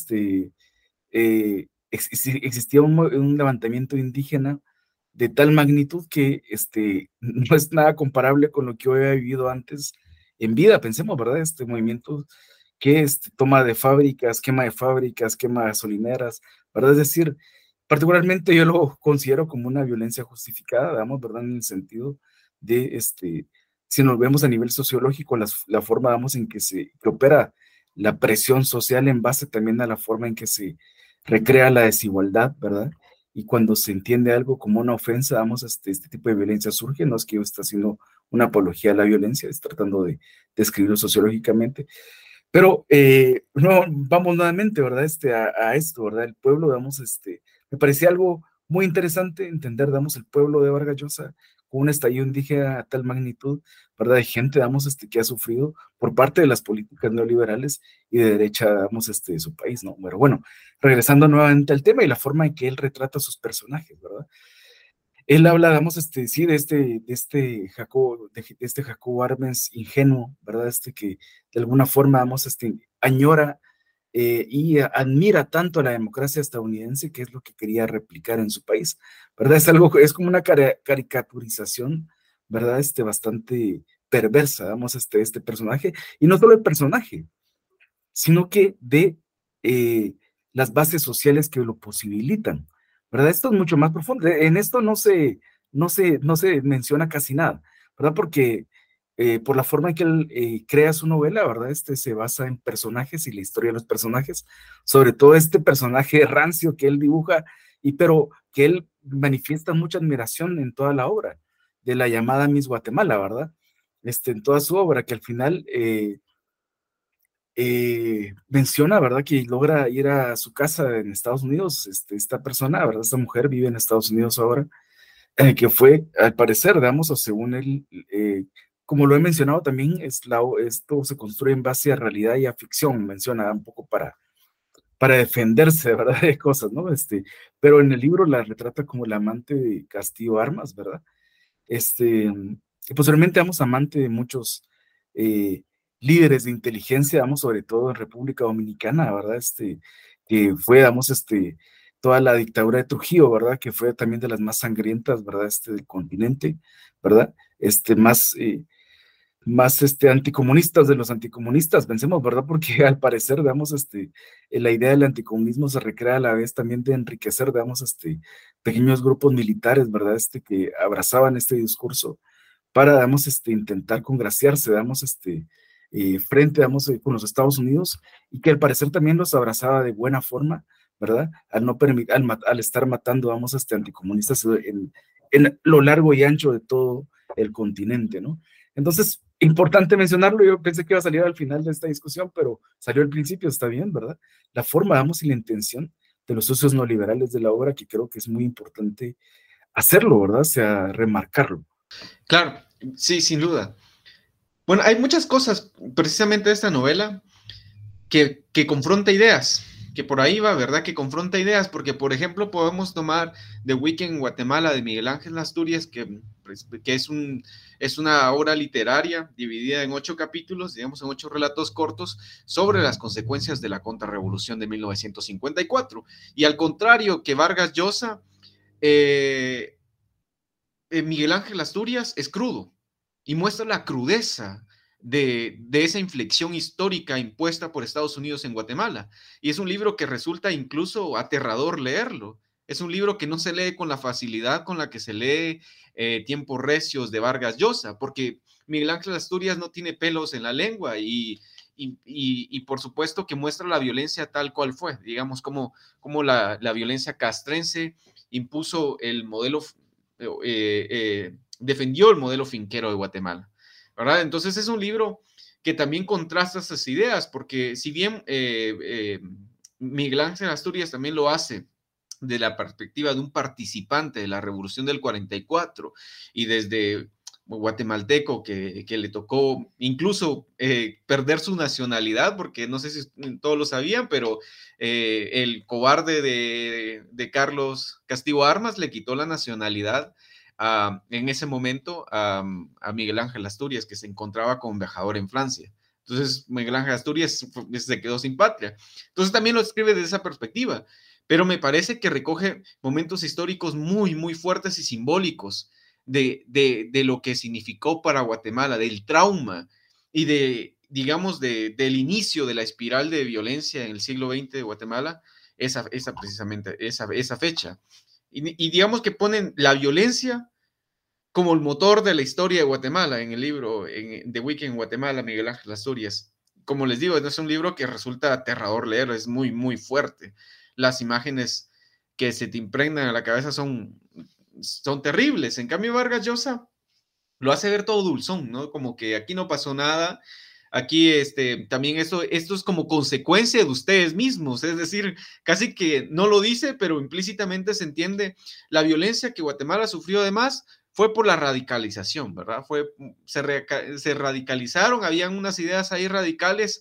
existía un levantamiento indígena de tal magnitud que no es nada comparable con lo que yo había vivido antes en vida, pensemos, ¿verdad? Este movimiento que toma de fábricas, quema de gasolineras, ¿verdad? Es decir, particularmente yo lo considero como una violencia justificada, digamos, ¿verdad? En el sentido de, si nos vemos a nivel sociológico, la forma, digamos, en que opera la presión social en base también a la forma en que se recrea la desigualdad, ¿verdad? Y cuando se entiende algo como una ofensa, vamos, este tipo de violencia surge, no es que yo esté haciendo una apología a la violencia, es tratando de describirlo sociológicamente, pero no, vamos nuevamente, ¿verdad? A esto, ¿verdad? El pueblo, damos, me parecía algo muy interesante entender, damos, el pueblo de Vargas Llosa con un estallido indígena a tal magnitud, ¿verdad? De gente, damos, que ha sufrido por parte de las políticas neoliberales y de derecha, damos, de su país, ¿no? Pero bueno, regresando nuevamente al tema y la forma en que él retrata a sus personajes, ¿verdad? Él habla, digamos, sí, de este Jacobo Arbenz ingenuo, ¿verdad? Que de alguna forma, vamos, añora y admira tanto a la democracia estadounidense, que es lo que quería replicar en su país, ¿verdad? Es como una caricaturización, ¿verdad? Bastante perversa, vamos, este personaje, y no solo el personaje, sino que de las bases sociales que lo posibilitan, ¿verdad? Esto es mucho más profundo. En esto no se no se menciona casi nada, ¿verdad? Porque por la forma en que él crea su novela, ¿verdad? Se basa en personajes y la historia de los personajes, sobre todo este personaje rancio que él dibuja, pero que él manifiesta mucha admiración en toda la obra, de la llamada Miss Guatemala, ¿verdad? En toda su obra, que al final menciona, ¿verdad? Que logra ir a su casa en Estados Unidos, esta persona, ¿verdad? Esta mujer vive en Estados Unidos ahora, que fue, al parecer, digamos, o según él, como lo he mencionado también, esto se construye en base a realidad y a ficción, menciona un poco para defenderse, ¿verdad? De cosas, ¿no? Pero en el libro la retrata como la amante de Castillo Armas, ¿verdad? Y posteriormente, vamos, amante de muchos líderes de inteligencia, vamos, sobre todo en República Dominicana, ¿verdad? Que fue, vamos, toda la dictadura de Trujillo, ¿verdad? Que fue también de las más sangrientas, ¿verdad? Del continente, ¿verdad? Más anticomunistas de los anticomunistas, pensemos, ¿verdad? Porque al parecer, digamos, la idea del anticomunismo se recrea a la vez también de enriquecer, digamos, pequeños grupos militares, ¿verdad? Que abrazaban este discurso para, digamos, intentar congraciarse, digamos, frente, digamos, con los Estados Unidos, y que al parecer también los abrazaba de buena forma, ¿verdad? Al no permitir, al estar matando, vamos, anticomunistas en lo largo y ancho de todo el continente, ¿no? Entonces, importante mencionarlo, yo pensé que iba a salir al final de esta discusión, pero salió al principio, está bien, ¿verdad? La forma, vamos, y la intención de los socios neoliberales de la obra, que creo que es muy importante hacerlo, ¿verdad? O sea, remarcarlo. Claro, sí, sin duda. Bueno, hay muchas cosas precisamente de esta novela que confronta ideas, que por ahí va, ¿verdad? Que confronta ideas, porque por ejemplo podemos tomar The Weekend en Guatemala de Miguel Ángel Asturias, que es una obra literaria dividida en 8 capítulos, digamos en 8 relatos cortos, sobre las consecuencias de la contrarrevolución de 1954. Y al contrario que Vargas Llosa, Miguel Ángel Asturias es crudo y muestra la crudeza de esa inflexión histórica impuesta por Estados Unidos en Guatemala. Y es un libro que resulta incluso aterrador leerlo. Es un libro que no se lee con la facilidad con la que se lee Tiempos Recios de Vargas Llosa, porque Miguel Ángel Asturias no tiene pelos en la lengua y por supuesto que muestra la violencia tal cual fue, digamos, como la violencia castrense impuso el modelo, defendió el modelo finquero de Guatemala, ¿verdad? Entonces es un libro que también contrasta esas ideas, porque si bien Miguel Ángel Asturias también lo hace de la perspectiva de un participante de la Revolución del 44 y desde guatemalteco que le tocó incluso perder su nacionalidad, porque no sé si todos lo sabían, pero el cobarde de Carlos Castillo Armas le quitó la nacionalidad en ese momento a Miguel Ángel Asturias, que se encontraba como embajador en Francia. Entonces Miguel Ángel Asturias se quedó sin patria. Entonces también lo escribe desde esa perspectiva, pero me parece que recoge momentos históricos muy, muy fuertes y simbólicos de lo que significó para Guatemala, del trauma y digamos, del inicio de la espiral de violencia en el siglo XX de Guatemala, precisamente esa fecha. Y digamos que ponen la violencia como el motor de la historia de Guatemala en el libro The Weekend en Guatemala, Miguel Ángel Asturias. Como les digo, es un libro que resulta aterrador leer, es muy, muy fuerte. Las imágenes que se te impregnan en la cabeza son terribles. En cambio, Vargas Llosa lo hace ver todo dulzón, ¿no? Como que aquí no pasó nada. Aquí también esto es como consecuencia de ustedes mismos, es decir, casi que no lo dice, pero implícitamente se entiende la violencia que Guatemala sufrió además fue por la radicalización, ¿verdad? Se radicalizaron, habían unas ideas ahí radicales,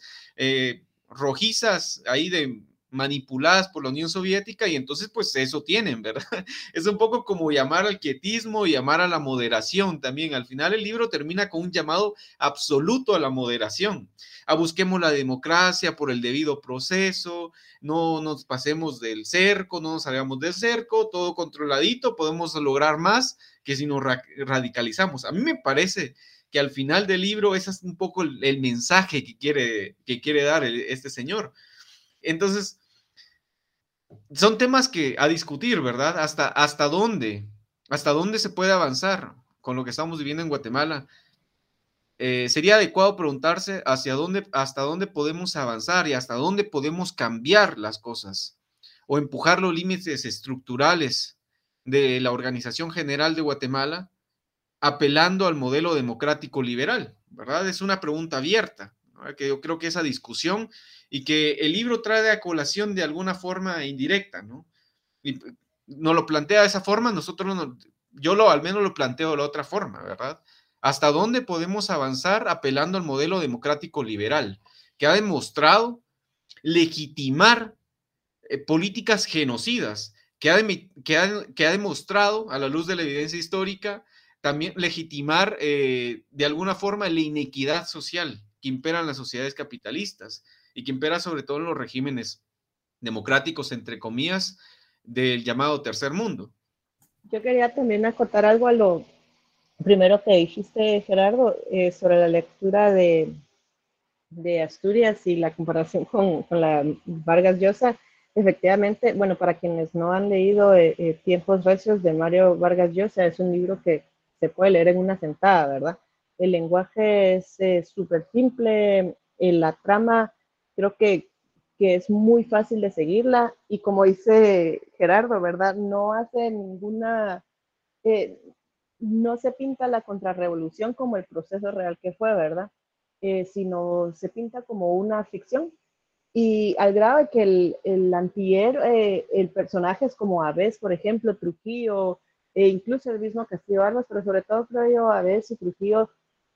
rojizas, ahí manipuladas por la Unión Soviética, y entonces pues eso tienen, ¿verdad? Es un poco como llamar al quietismo y llamar a la moderación también. Al final el libro termina con un llamado absoluto a la moderación. Busquemos la democracia por el debido proceso, no nos pasemos del cerco, no nos salgamos del cerco, todo controladito, podemos lograr más que si nos radicalizamos. A mí me parece que al final del libro ese es un poco el mensaje que quiere dar este señor. Entonces, son temas a discutir, ¿verdad? ¿Hasta dónde ¿Hasta dónde se puede avanzar con lo que estamos viviendo en Guatemala? Sería adecuado preguntarse hasta dónde podemos avanzar y hasta dónde podemos cambiar las cosas o empujar los límites estructurales de la Organización General de Guatemala, apelando al modelo democrático liberal, ¿verdad? Es una pregunta abierta, ¿no? Que yo creo que esa discusión y que el libro trae a colación de alguna forma indirecta, ¿no? Y nos lo plantea de esa forma, al menos lo planteo de la otra forma, ¿verdad? ¿Hasta dónde podemos avanzar apelando al modelo democrático liberal, que ha demostrado legitimar políticas genocidas, que ha demostrado, a la luz de la evidencia histórica, también legitimar de alguna forma la inequidad social que impera en las sociedades capitalistas y que impera sobre todo en los regímenes democráticos, entre comillas, del llamado tercer mundo? Yo quería también acotar algo a lo primero que dijiste, Gerardo, sobre la lectura de Asturias y la comparación con la Vargas Llosa. Efectivamente, bueno, para quienes no han leído Tiempos Recios de Mario Vargas Llosa, es un libro que se puede leer en una sentada, ¿verdad? El lenguaje es súper simple, la trama creo que es muy fácil de seguirla y como dice Gerardo, ¿verdad? No hace ninguna, eh, no se pinta la contrarrevolución como el proceso real que fue, ¿verdad? Sino se pinta como una ficción. Y al grado de que el antihéroe, el personaje es como Aves, por ejemplo, Trujillo, incluso el mismo Castillo Barbas, pero sobre todo creo yo Aves y Trujillo,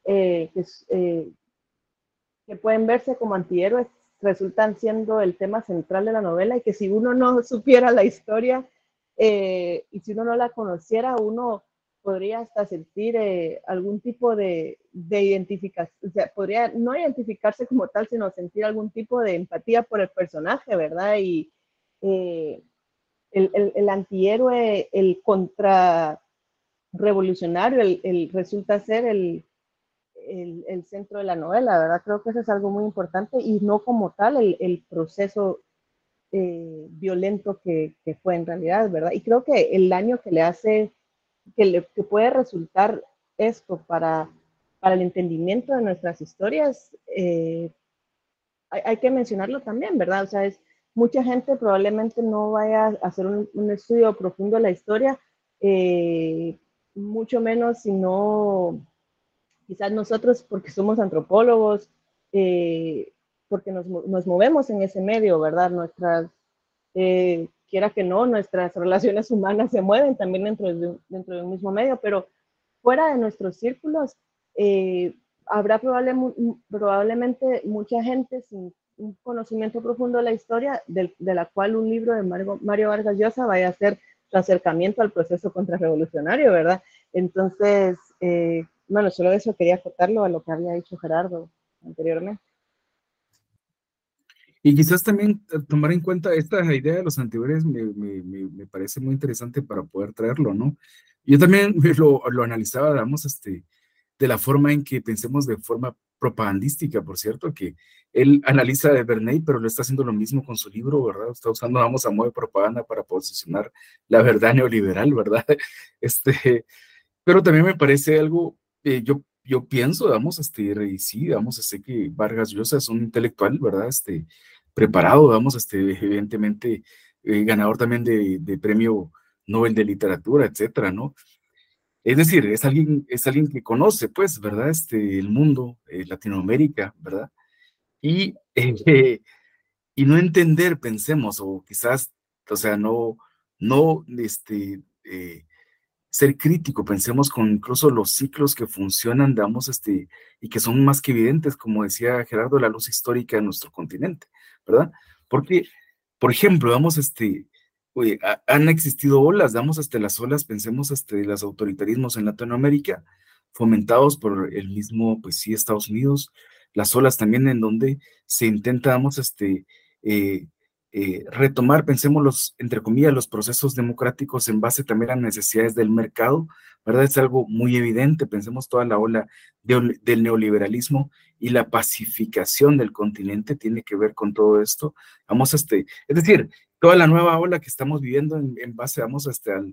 que pueden verse como antihéroes, resultan siendo el tema central de la novela y que si uno no supiera la historia y si uno no la conociera, uno podría hasta sentir algún tipo de identificación, o sea, podría no identificarse como tal, sino sentir algún tipo de empatía por el personaje, ¿verdad? Y el antihéroe, el contrarrevolucionario, resulta ser el centro de la novela, ¿verdad? Creo que eso es algo muy importante y no como tal el proceso violento que fue en realidad, ¿verdad? Y creo que el daño que le hace, que puede resultar esto para el entendimiento de nuestras historias, hay que mencionarlo también, ¿verdad? O sea, mucha gente probablemente no vaya a hacer un estudio profundo de la historia, mucho menos si no quizás nosotros, porque somos antropólogos, porque nos movemos en ese medio, ¿verdad? Quiera que no, nuestras relaciones humanas se mueven también dentro de un mismo medio, pero fuera de nuestros círculos, habrá probablemente mucha gente sin un conocimiento profundo de la historia, de la cual un libro de Mario Vargas Llosa vaya a ser su acercamiento al proceso contrarrevolucionario, ¿verdad? Entonces, bueno, solo eso quería acotarlo a lo que había dicho Gerardo anteriormente. Y quizás también tomar en cuenta esta idea de los antihéroes me parece muy interesante para poder traerlo, ¿no? Yo también lo analizaba, digamos, de la forma en que pensemos de forma propagandística, por cierto, que él analiza de Bernays, pero lo está haciendo lo mismo con su libro, ¿verdad? Está usando, vamos, a modo de propaganda para posicionar la verdad neoliberal, ¿verdad? Pero también me parece algo, yo pienso, digamos, y sí, digamos, sé que Vargas Llosa es un intelectual, ¿verdad? Preparado, digamos, evidentemente ganador también de premio Nobel de Literatura, etcétera, ¿no? Es decir, es alguien que conoce, pues, ¿verdad? El mundo, Latinoamérica, ¿verdad? Y, y no entender, pensemos, o quizás, o sea, no, ser crítico, pensemos con incluso los ciclos que funcionan, digamos, y que son más que evidentes, como decía Gerardo, la luz histórica de nuestro continente, ¿verdad? Porque, por ejemplo, vamos, oye, han existido olas, damos las olas, pensemos, de los autoritarismos en Latinoamérica, fomentados por el mismo, pues sí, Estados Unidos, las olas también en donde se intenta, vamos, eh, retomar, pensemos entre comillas, los procesos democráticos en base también a las necesidades del mercado, ¿verdad? Es algo muy evidente, pensemos toda la ola del neoliberalismo y la pacificación del continente tiene que ver con todo esto. Vamos, es decir, toda la nueva ola que estamos viviendo en base, vamos,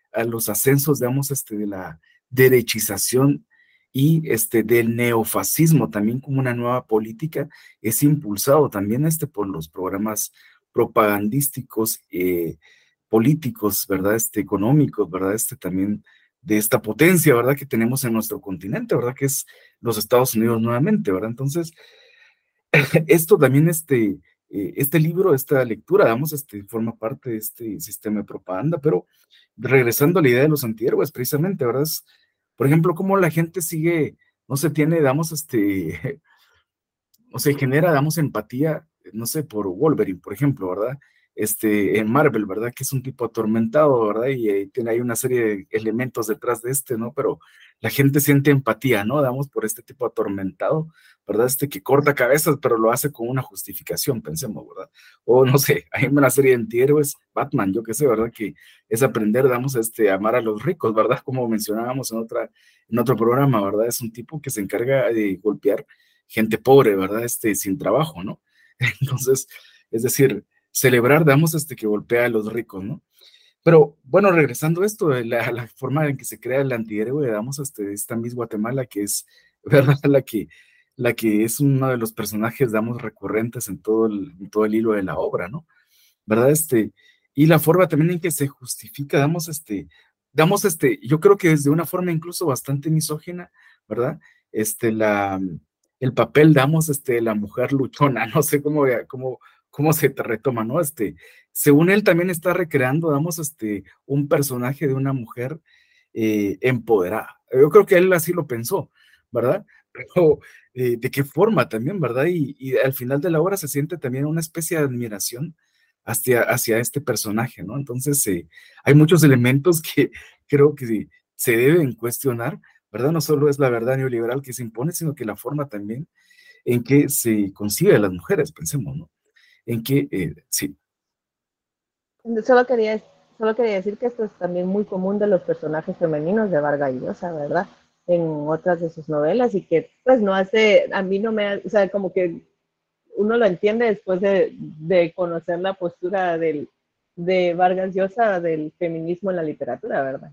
a los ascensos, digamos, de la derechización y del neofascismo también como una nueva política, es impulsado también por los programas propagandísticos, políticos, ¿verdad? Económicos, ¿verdad? También de esta potencia, ¿verdad? Que tenemos en nuestro continente, ¿verdad? Que es los Estados Unidos nuevamente, ¿verdad? Entonces, esto también, este libro, esta lectura, digamos, forma parte de este sistema de propaganda, pero regresando a la idea de los antihéroes, precisamente, ¿verdad? Por ejemplo, cómo la gente sigue, no se tiene, digamos, o sea, genera, damos empatía, no sé, por Wolverine, por ejemplo, ¿verdad? En Marvel, ¿verdad? Que es un tipo atormentado, ¿verdad? Y tiene ahí una serie de elementos detrás de ¿no? Pero la gente siente empatía, ¿no? Damos por este tipo atormentado, ¿verdad? Que corta cabezas, pero lo hace con una justificación, pensemos, ¿verdad? O no sé, hay una serie de antihéroes, Batman, yo qué sé, ¿verdad? Que es aprender, damos, a amar a los ricos, ¿verdad? Como mencionábamos en otro programa, ¿verdad? Es un tipo que se encarga de golpear gente pobre, ¿verdad? Sin trabajo, ¿no? Entonces, es decir, celebrar, damos, que golpea a los ricos, ¿no? Pero, bueno, regresando a esto, la forma en que se crea el antihéroe, damos, esta Miss Guatemala, que es, ¿verdad? La que es uno de los personajes, damos, recurrentes en todo el hilo de la obra, ¿no? ¿Verdad? Y la forma también en que se justifica, yo creo que desde una forma incluso bastante misógina, ¿verdad? El papel, de la mujer luchona, no sé cómo se te retoma, ¿no? Según él también está recreando, un personaje de una mujer empoderada. Yo creo que él así lo pensó, ¿verdad? Pero de qué forma también, ¿verdad? Y al final de la obra se siente también una especie de admiración hacia este personaje, ¿no? Entonces, hay muchos elementos que creo que se deben cuestionar, ¿verdad? No solo es la verdad neoliberal que se impone, sino que la forma también en que se concibe a las mujeres, pensemos, ¿no? En que, sí. Solo quería, solo quería decir que esto es también muy común de los personajes femeninos de Vargas Llosa, ¿verdad? En otras de sus novelas y que pues no hace, a mí no me, o sea, como que uno lo entiende después de conocer la postura de Vargas Llosa del feminismo en la literatura, ¿verdad?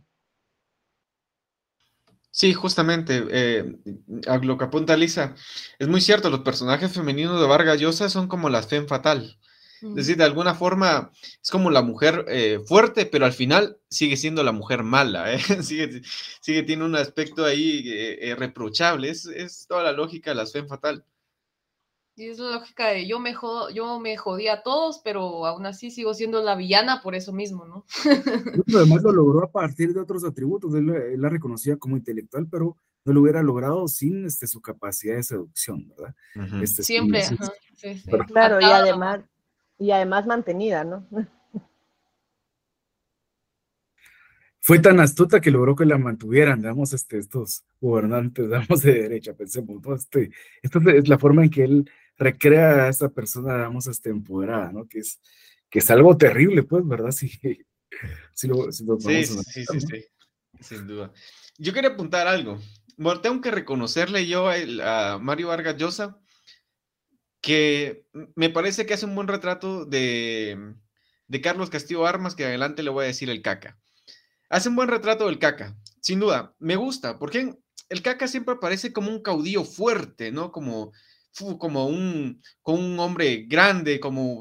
Sí, justamente, a lo que apunta Lisa, es muy cierto, los personajes femeninos de Vargas Llosa son como la femme fatale. Es decir, de alguna forma es como la mujer fuerte, pero al final sigue siendo la mujer mala, ¿eh? Tiene un aspecto ahí reprochable, es toda la lógica de las femme fatale. Y es la lógica de yo me jodí a todos, pero aún así sigo siendo la villana por eso mismo, ¿no? Además lo logró a partir de otros atributos. Él la reconocía como intelectual, pero no lo hubiera logrado sin su capacidad de seducción, ¿verdad? Uh-huh. Siempre, ajá, sí. Claro, y además mantenida, ¿no? Fue tan astuta que logró que la mantuvieran, digamos, estos gobernantes, digamos, de derecha, pensemos, ¿no? Esta es la forma en que él recrea a esa persona, digamos, empoderada, ¿no? Que es algo terrible, pues, ¿verdad? Si lo vamos a Sí, analizar, ¿no? sin duda. Yo quería apuntar algo. Bueno, tengo que reconocerle yo a Mario Vargas Llosa que me parece que hace un buen retrato de Carlos Castillo Armas, que adelante le voy a decir el caca. Hace un buen retrato del caca, sin duda. Me gusta, porque el caca siempre aparece como un caudillo fuerte, ¿no? Como un hombre grande, como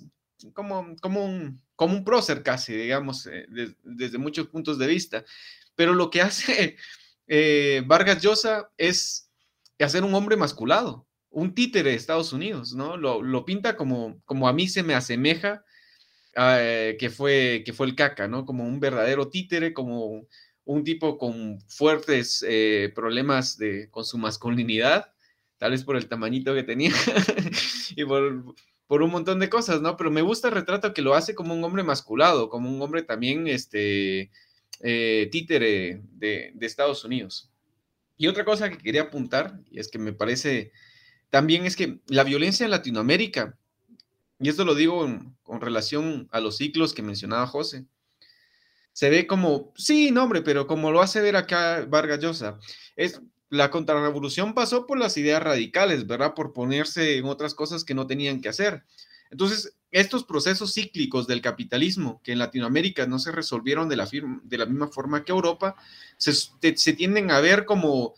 un prócer casi, digamos, desde muchos puntos de vista. Pero lo que hace Vargas Llosa es hacer un hombre masculado, un títere de Estados Unidos, ¿no? Lo pinta como a mí se me asemeja que fue el caca, ¿no? Como un verdadero títere, como un tipo con fuertes problemas con su masculinidad, tal vez por el tamañito que tenía y por un montón de cosas, ¿no? Pero me gusta el retrato que lo hace como un hombre masculado, como un hombre también títere de Estados Unidos. Y otra cosa que quería apuntar, y es que me parece también es que la violencia en Latinoamérica, y esto lo digo con relación a los ciclos que mencionaba José, se ve como, sí, no, hombre, pero como lo hace ver acá Vargas Llosa, la contrarrevolución pasó por las ideas radicales, ¿verdad? Por ponerse en otras cosas que no tenían que hacer. Entonces, estos procesos cíclicos del capitalismo, que en Latinoamérica no se resolvieron de la misma forma que Europa, se tienden a ver como,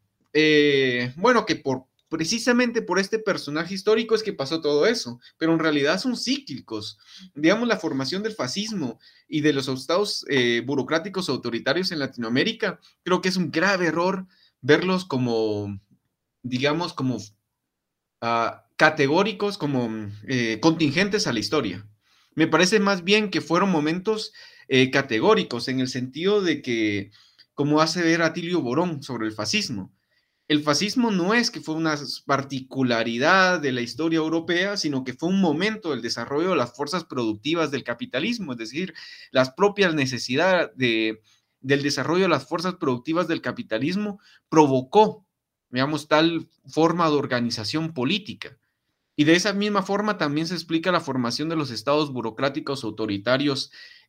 bueno, que precisamente por este personaje histórico es que pasó todo eso, pero en realidad son cíclicos. Digamos, la formación del fascismo y de los estados burocráticos autoritarios en Latinoamérica, creo que es un grave error verlos como, digamos, como categóricos, como contingentes a la historia. Me parece más bien que fueron momentos categóricos en el sentido de que, como hace ver Atilio Borón sobre el fascismo no es que fue una particularidad de la historia europea, sino que fue un momento del desarrollo de las fuerzas productivas del capitalismo, es decir, las propias necesidades del desarrollo de las fuerzas productivas del capitalismo provocó, digamos, tal forma de organización política. Y de esa misma forma también se explica la formación de los estados burocráticos autoritarios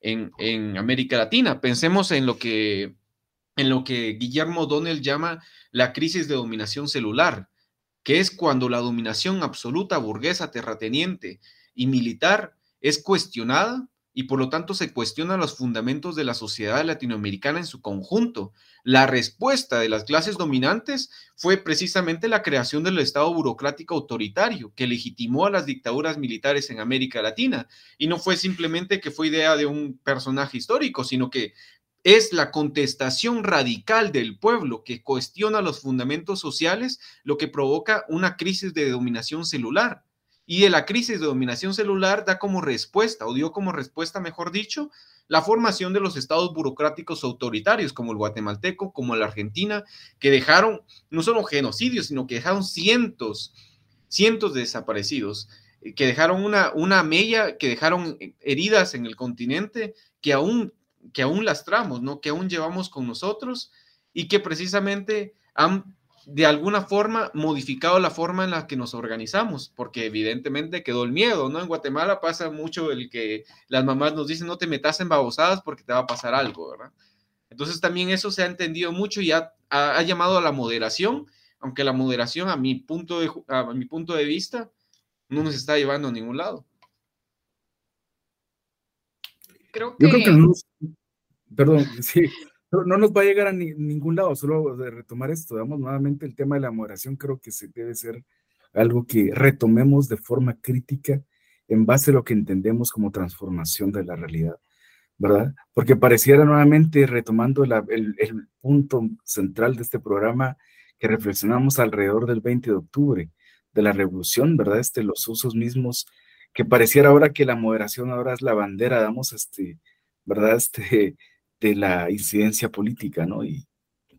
en América Latina. Pensemos en lo que Guillermo O'Donnell llama la crisis de dominación celular, que es cuando la dominación absoluta burguesa, terrateniente y militar es cuestionada y por lo tanto se cuestionan los fundamentos de la sociedad latinoamericana en su conjunto. La respuesta de las clases dominantes fue precisamente la creación del Estado burocrático autoritario que legitimó a las dictaduras militares en América Latina. Y no fue simplemente que fue idea de un personaje histórico, sino que es la contestación radical del pueblo que cuestiona los fundamentos sociales lo que provoca una crisis de dominación celular. Y de la crisis de dominación celular da como respuesta, o dio como respuesta, mejor dicho, la formación de los estados burocráticos autoritarios, como el guatemalteco, como la Argentina, que dejaron no solo genocidios, sino que dejaron cientos de desaparecidos, que dejaron una mella, que dejaron heridas en el continente que aún lastramos, ¿no? Que aún llevamos con nosotros y que precisamente han de alguna forma modificado la forma en la que nos organizamos, porque evidentemente quedó el miedo, ¿no? En Guatemala pasa mucho el que las mamás nos dicen no te metas en babosadas porque te va a pasar algo, ¿verdad? Entonces también eso se ha entendido mucho y ha llamado a la moderación, aunque la moderación a mi punto de vista no nos está llevando a ningún lado. Creo Yo creo que que perdón, sí, no nos va a llegar a ningún lado, solo de retomar esto, digamos, nuevamente el tema de la moderación creo que se debe ser algo que retomemos de forma crítica en base a lo que entendemos como transformación de la realidad, ¿verdad? Porque pareciera nuevamente, retomando el punto central de este programa, que reflexionamos alrededor del 20 de octubre, de la revolución, ¿verdad? Los usos mismos, que pareciera ahora que la moderación ahora es la bandera, damos, ¿verdad? De la incidencia política, ¿no? Y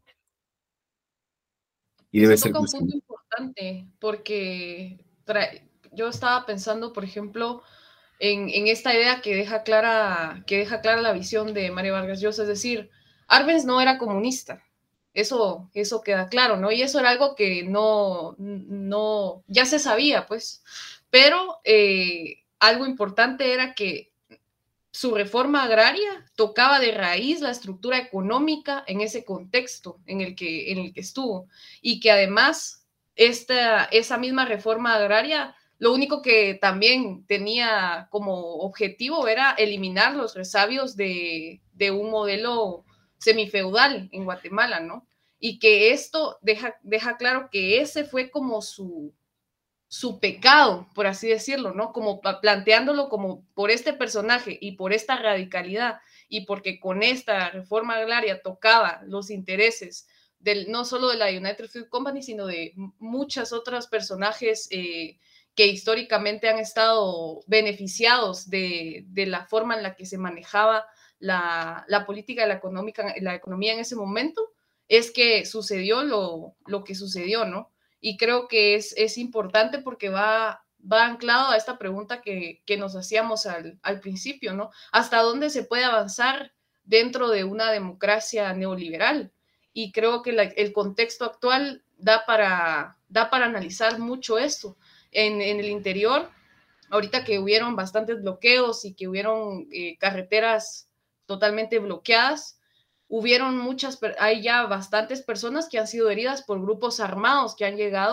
debe usted ser toca un cuestionado. punto importante, porque yo estaba pensando, por ejemplo, en esta idea que deja clara la visión de Mario Vargas Llosa, es decir, Arbenz no era comunista, eso queda claro, ¿no? Y eso era algo que no ya se sabía, pues, pero algo importante era que su reforma agraria tocaba de raíz la estructura económica en ese contexto en el que estuvo, y que además esa misma reforma agraria lo único que también tenía como objetivo era eliminar los resabios de un modelo semifeudal en Guatemala, ¿no? Y que esto deja claro que ese fue como su pecado, por así decirlo, ¿no? Como planteándolo como por este personaje y por esta radicalidad y porque con esta reforma agraria tocaba los intereses no solo de la United Fruit Company, sino de muchas otras personajes que históricamente han estado beneficiados de la forma en la que se manejaba la política y la economía en ese momento, es que sucedió lo que sucedió, ¿no? Y creo que es importante porque va anclado a esta pregunta que nos hacíamos al principio, ¿no? ¿Hasta dónde se puede avanzar dentro de una democracia neoliberal? Y creo que el contexto actual da para analizar mucho esto. En el interior, ahorita que hubieron bastantes bloqueos y que hubieron carreteras totalmente bloqueadas, hay ya bastantes personas que han sido heridas por grupos armados que han llegado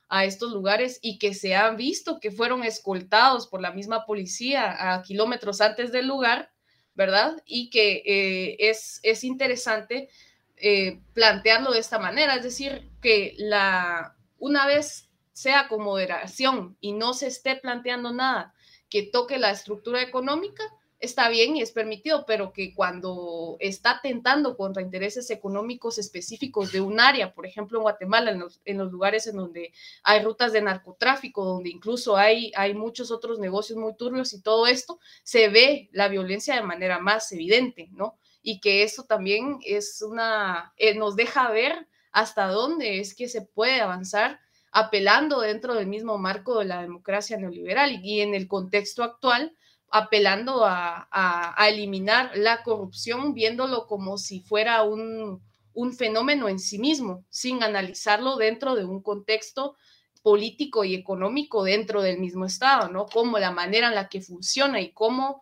a estos lugares y que se han visto que fueron escoltados por la misma policía a kilómetros antes del lugar, ¿verdad? Y que es interesante plantearlo de esta manera, es decir, que una vez sea con moderación y no se esté planteando nada que toque la estructura económica, está bien y es permitido, pero que cuando está atentando contra intereses económicos específicos de un área, por ejemplo en Guatemala, en los lugares en donde hay rutas de narcotráfico, donde incluso hay muchos otros negocios muy turbios y todo esto, se ve la violencia de manera más evidente, ¿no? Y que eso también nos deja ver hasta dónde es que se puede avanzar apelando dentro del mismo marco de la democracia neoliberal y en el contexto actual, apelando a eliminar la corrupción, viéndolo como si fuera un fenómeno en sí mismo, sin analizarlo dentro de un contexto político y económico dentro del mismo Estado, ¿no? Como la manera en la que funciona y cómo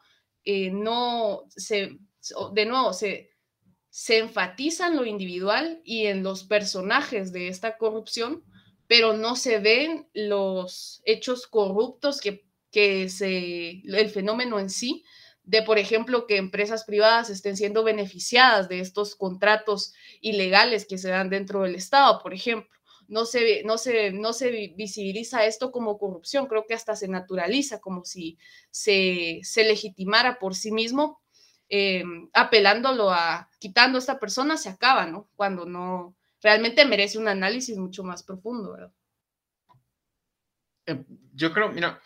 de nuevo, se enfatiza en lo individual y en los personajes de esta corrupción, pero no se ven los hechos corruptos el fenómeno en sí, de, por ejemplo, que empresas privadas estén siendo beneficiadas de estos contratos ilegales que se dan dentro del Estado, por ejemplo. No se visibiliza esto como corrupción, creo que hasta se naturaliza, como si se legitimara por sí mismo, apelándolo quitando a esta persona, se acaba, ¿no? Cuando no, realmente merece un análisis mucho más profundo, ¿verdad? Yo creo, mira,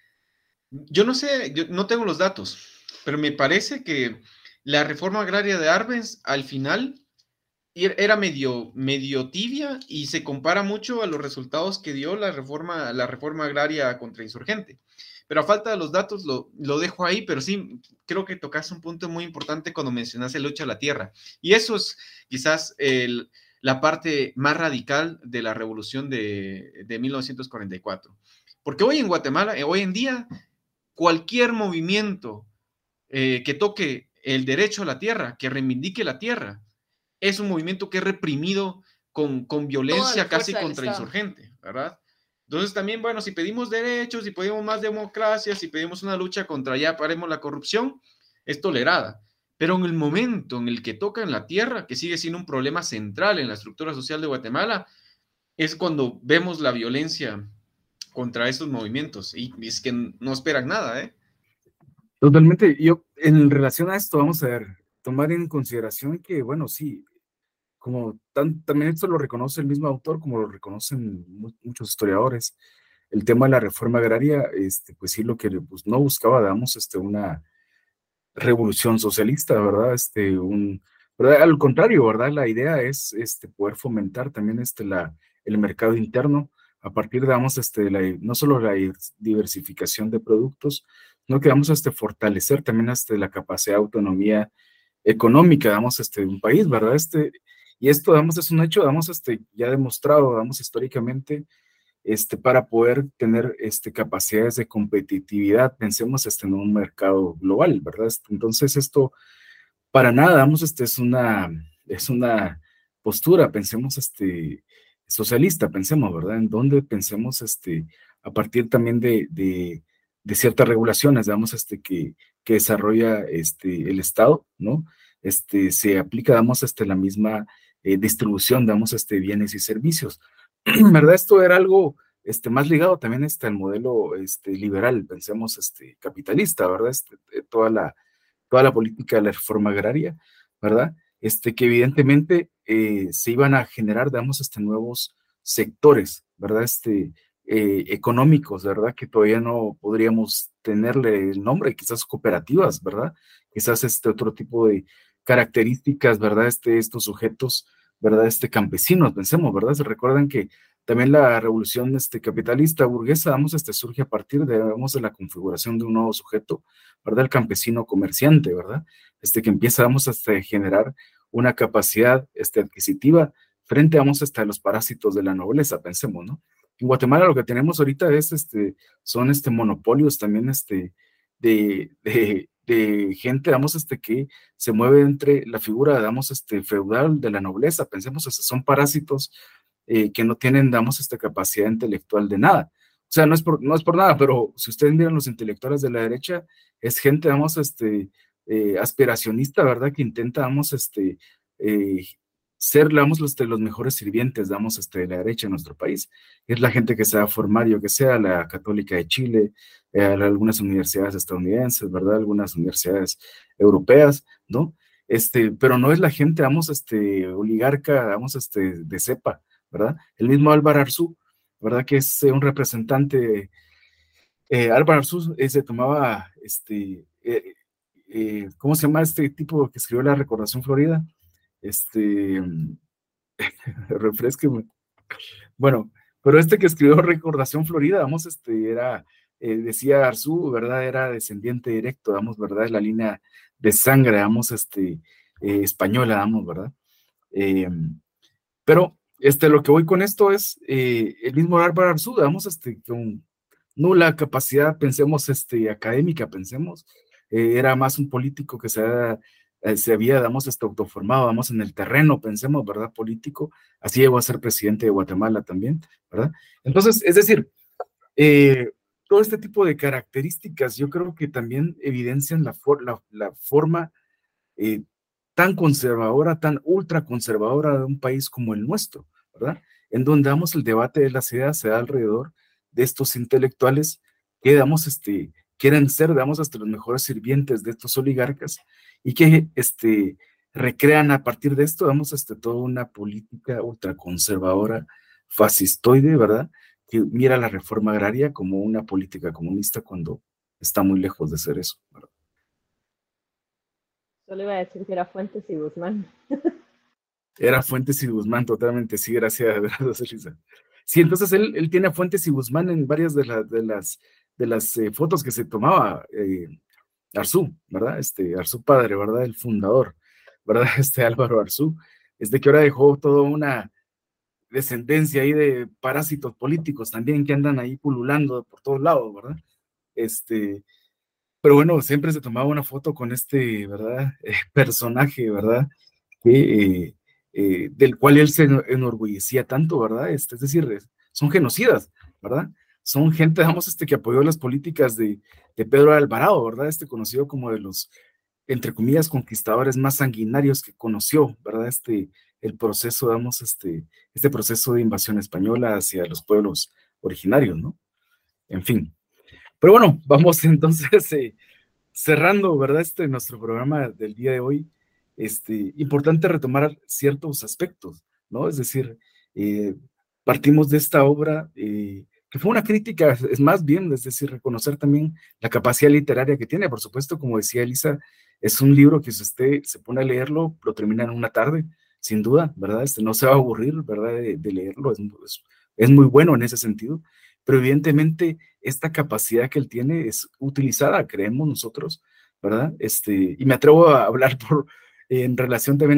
yo no sé, yo no tengo los datos, pero me parece que la reforma agraria de Arbenz al final era medio tibia y se compara mucho a los resultados que dio la reforma agraria contrainsurgente. Pero a falta de los datos lo dejo ahí, pero sí creo que tocaste un punto muy importante cuando mencionaste el 8 a la tierra. Y eso es quizás la parte más radical de la revolución de 1944. Porque hoy en Guatemala, hoy en día, cualquier movimiento que toque el derecho a la tierra, que reivindique la tierra, es un movimiento que es reprimido con violencia casi contrainsurgente, ¿verdad? Entonces también, bueno, si pedimos derechos, si pedimos más democracia, si pedimos una lucha contra ya paremos la corrupción, es tolerada. Pero en el momento en el que tocan la tierra, que sigue siendo un problema central en la estructura social de Guatemala, es cuando vemos la violencia contra estos movimientos. Y es que no esperan nada, ¿eh? Totalmente. Yo, en relación a esto, vamos a ver, tomar en consideración que, bueno, sí, como también esto lo reconoce el mismo autor, como lo reconocen muchos historiadores, el tema de la reforma agraria, pues sí, lo que pues, no buscaba, digamos, una revolución socialista, ¿verdad? ¿Verdad? Al contrario, ¿verdad? La idea es poder fomentar también el mercado interno a partir de, vamos, no solo la diversificación de productos, sino que vamos a fortalecer también la capacidad de autonomía económica, vamos, de un país, ¿verdad? Y esto, vamos, es un hecho, vamos, ya demostrado, vamos, históricamente, para poder tener capacidades de competitividad, pensemos en un mercado global, ¿verdad? Entonces, esto para nada, vamos, es una postura, pensemos, socialista, pensemos, ¿verdad? En donde pensemos, a partir también de ciertas regulaciones, digamos, que desarrolla el Estado, ¿no? Se aplica, damos, la misma distribución, damos, bienes y servicios. ¿Verdad? Esto era algo más ligado también al modelo liberal, pensemos, capitalista, ¿verdad? Toda la política de la reforma agraria, ¿verdad? Que evidentemente se iban a generar, digamos, nuevos sectores, ¿verdad? Económicos, ¿verdad? Que todavía no podríamos tenerle el nombre, quizás cooperativas, ¿verdad? Quizás otro tipo de características, ¿verdad? Estos sujetos, ¿verdad? Campesinos, pensemos, ¿verdad? Se recuerdan que también la revolución capitalista burguesa, vamos, surge a partir de, vamos, de la configuración de un nuevo sujeto, ¿verdad? El campesino comerciante, ¿verdad? Que empieza, vamos, a generar una capacidad adquisitiva frente, vamos, a los parásitos de la nobleza, pensemos, ¿no? En Guatemala lo que tenemos ahorita son monopolios también de gente, vamos, que se mueve entre la figura, digamos, feudal de la nobleza, pensemos, son parásitos que no tienen, damos, esta capacidad intelectual de nada. O sea, no es por nada, pero si ustedes miran los intelectuales de la derecha, es gente, vamos, aspiracionista, ¿verdad? Que intenta, vamos, eh, ser, digamos, los mejores sirvientes, damos, de la derecha en nuestro país. Es la gente que se va a formar, yo que sé, a la Católica de Chile, a algunas universidades estadounidenses, ¿verdad? Algunas universidades europeas, ¿no? Pero no es la gente, vamos, oligarca, vamos, de cepa, ¿verdad? El mismo Álvaro Arzú, ¿verdad? Que es un representante, Álvaro Arzú se tomaba, ¿cómo se llama este tipo que escribió La Recordación Florida? Refresqueme. Bueno, pero que escribió Recordación Florida, vamos, decía Arzú, ¿verdad? Era descendiente directo, vamos, ¿verdad? De la línea de sangre, vamos, española, vamos, ¿verdad? Pero, lo que voy con esto es, el mismo Álvaro Arzú, vamos, con nula capacidad, pensemos, académica, pensemos, era más un político que se había, digamos, autoformado, vamos, en el terreno, pensemos, ¿verdad? Político, así llegó a ser presidente de Guatemala también, ¿verdad? Entonces, es decir, todo este tipo de características yo creo que también evidencian la forma tan conservadora, tan ultra conservadora de un país como el nuestro, ¿verdad? En donde, damos, el debate de las ideas se da alrededor de estos intelectuales que, quieren ser, hasta los mejores sirvientes de estos oligarcas y que, recrean a partir de esto, toda una política ultraconservadora, fascistoide, ¿verdad? Que mira la reforma agraria como una política comunista cuando está muy lejos de ser eso, ¿verdad? Solo iba a decir que era Fuentes y Guzmán. Era Fuentes y Guzmán, totalmente, sí, gracias, Elisa. Sí, entonces él tiene a Fuentes y Guzmán en varias de las fotos que se tomaba Arzú, ¿verdad? Arzú padre, ¿verdad? El fundador, ¿verdad? Álvaro Arzú, que ahora dejó toda una descendencia ahí de parásitos políticos también que andan ahí pululando por todos lados, ¿verdad? Pero bueno, siempre se tomaba una foto con ¿verdad? Personaje, ¿verdad? Del cual él se enorgullecía tanto, ¿verdad? Es decir, son genocidas, ¿verdad? Son gente, digamos, que apoyó las políticas de Pedro de Alvarado, ¿verdad? Conocido como de los, entre comillas, conquistadores más sanguinarios que conoció, ¿verdad? El proceso, digamos, este proceso de invasión española hacia los pueblos originarios, ¿no? En fin. Pero bueno, vamos entonces cerrando, ¿verdad? Nuestro programa del día de hoy. Importante retomar ciertos aspectos, ¿no? Es decir, partimos de esta obra que fue una crítica, es más bien, es decir, reconocer también la capacidad literaria que tiene. Por supuesto, como decía Elisa, es un libro que si usted se pone a leerlo, lo termina en una tarde, sin duda, ¿verdad? No se va a aburrir, ¿verdad? De leerlo, es muy bueno en ese sentido, pero evidentemente esta capacidad que él tiene es utilizada, creemos nosotros, ¿verdad? Y me atrevo a hablar en relación también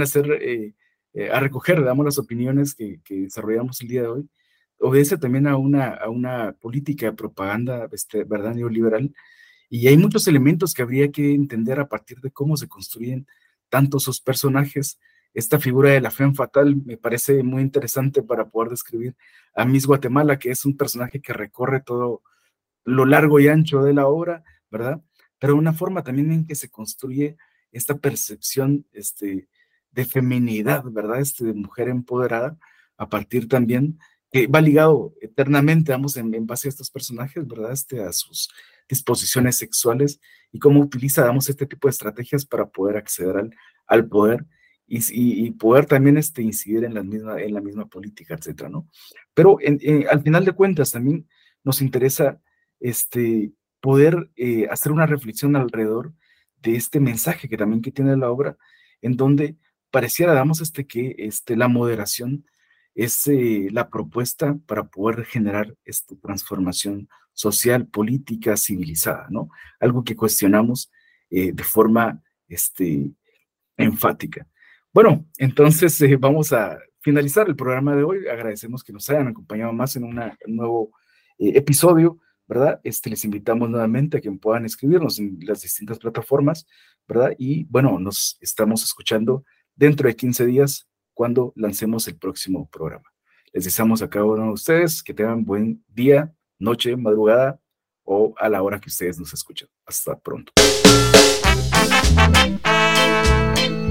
a recoger, digamos, las opiniones que desarrollamos el día de hoy, obedece también a una política de propaganda, ¿verdad? Neoliberal, y hay muchos elementos que habría que entender a partir de cómo se construyen tanto sus personajes. Esta figura de la femme fatal me parece muy interesante para poder describir a Miss Guatemala, que es un personaje que recorre todo lo largo y ancho de la obra, ¿verdad? Pero una forma también en que se construye esta percepción de feminidad, ¿verdad? De mujer empoderada, a partir también, que va ligado eternamente, vamos, en base a estos personajes, ¿verdad? A sus disposiciones sexuales y cómo utiliza, damos, este tipo de estrategias para poder acceder al poder y poder también incidir en la misma política, etcétera, ¿no? Pero al final de cuentas también nos interesa poder hacer una reflexión alrededor de este mensaje que tiene la obra, en donde pareciera, damos, que la moderación es la propuesta para poder generar esta transformación social, política, civilizada, ¿no? Algo que cuestionamos de forma enfática. Bueno, entonces vamos a finalizar el programa de hoy. Agradecemos que nos hayan acompañado más en un nuevo episodio, ¿verdad? Les invitamos nuevamente a que puedan escribirnos en las distintas plataformas, ¿verdad? Y bueno, nos estamos escuchando dentro de 15 días cuando lancemos el próximo programa. Les deseamos a cada uno de ustedes que tengan buen día, noche, madrugada o a la hora que ustedes nos escuchen. Hasta pronto.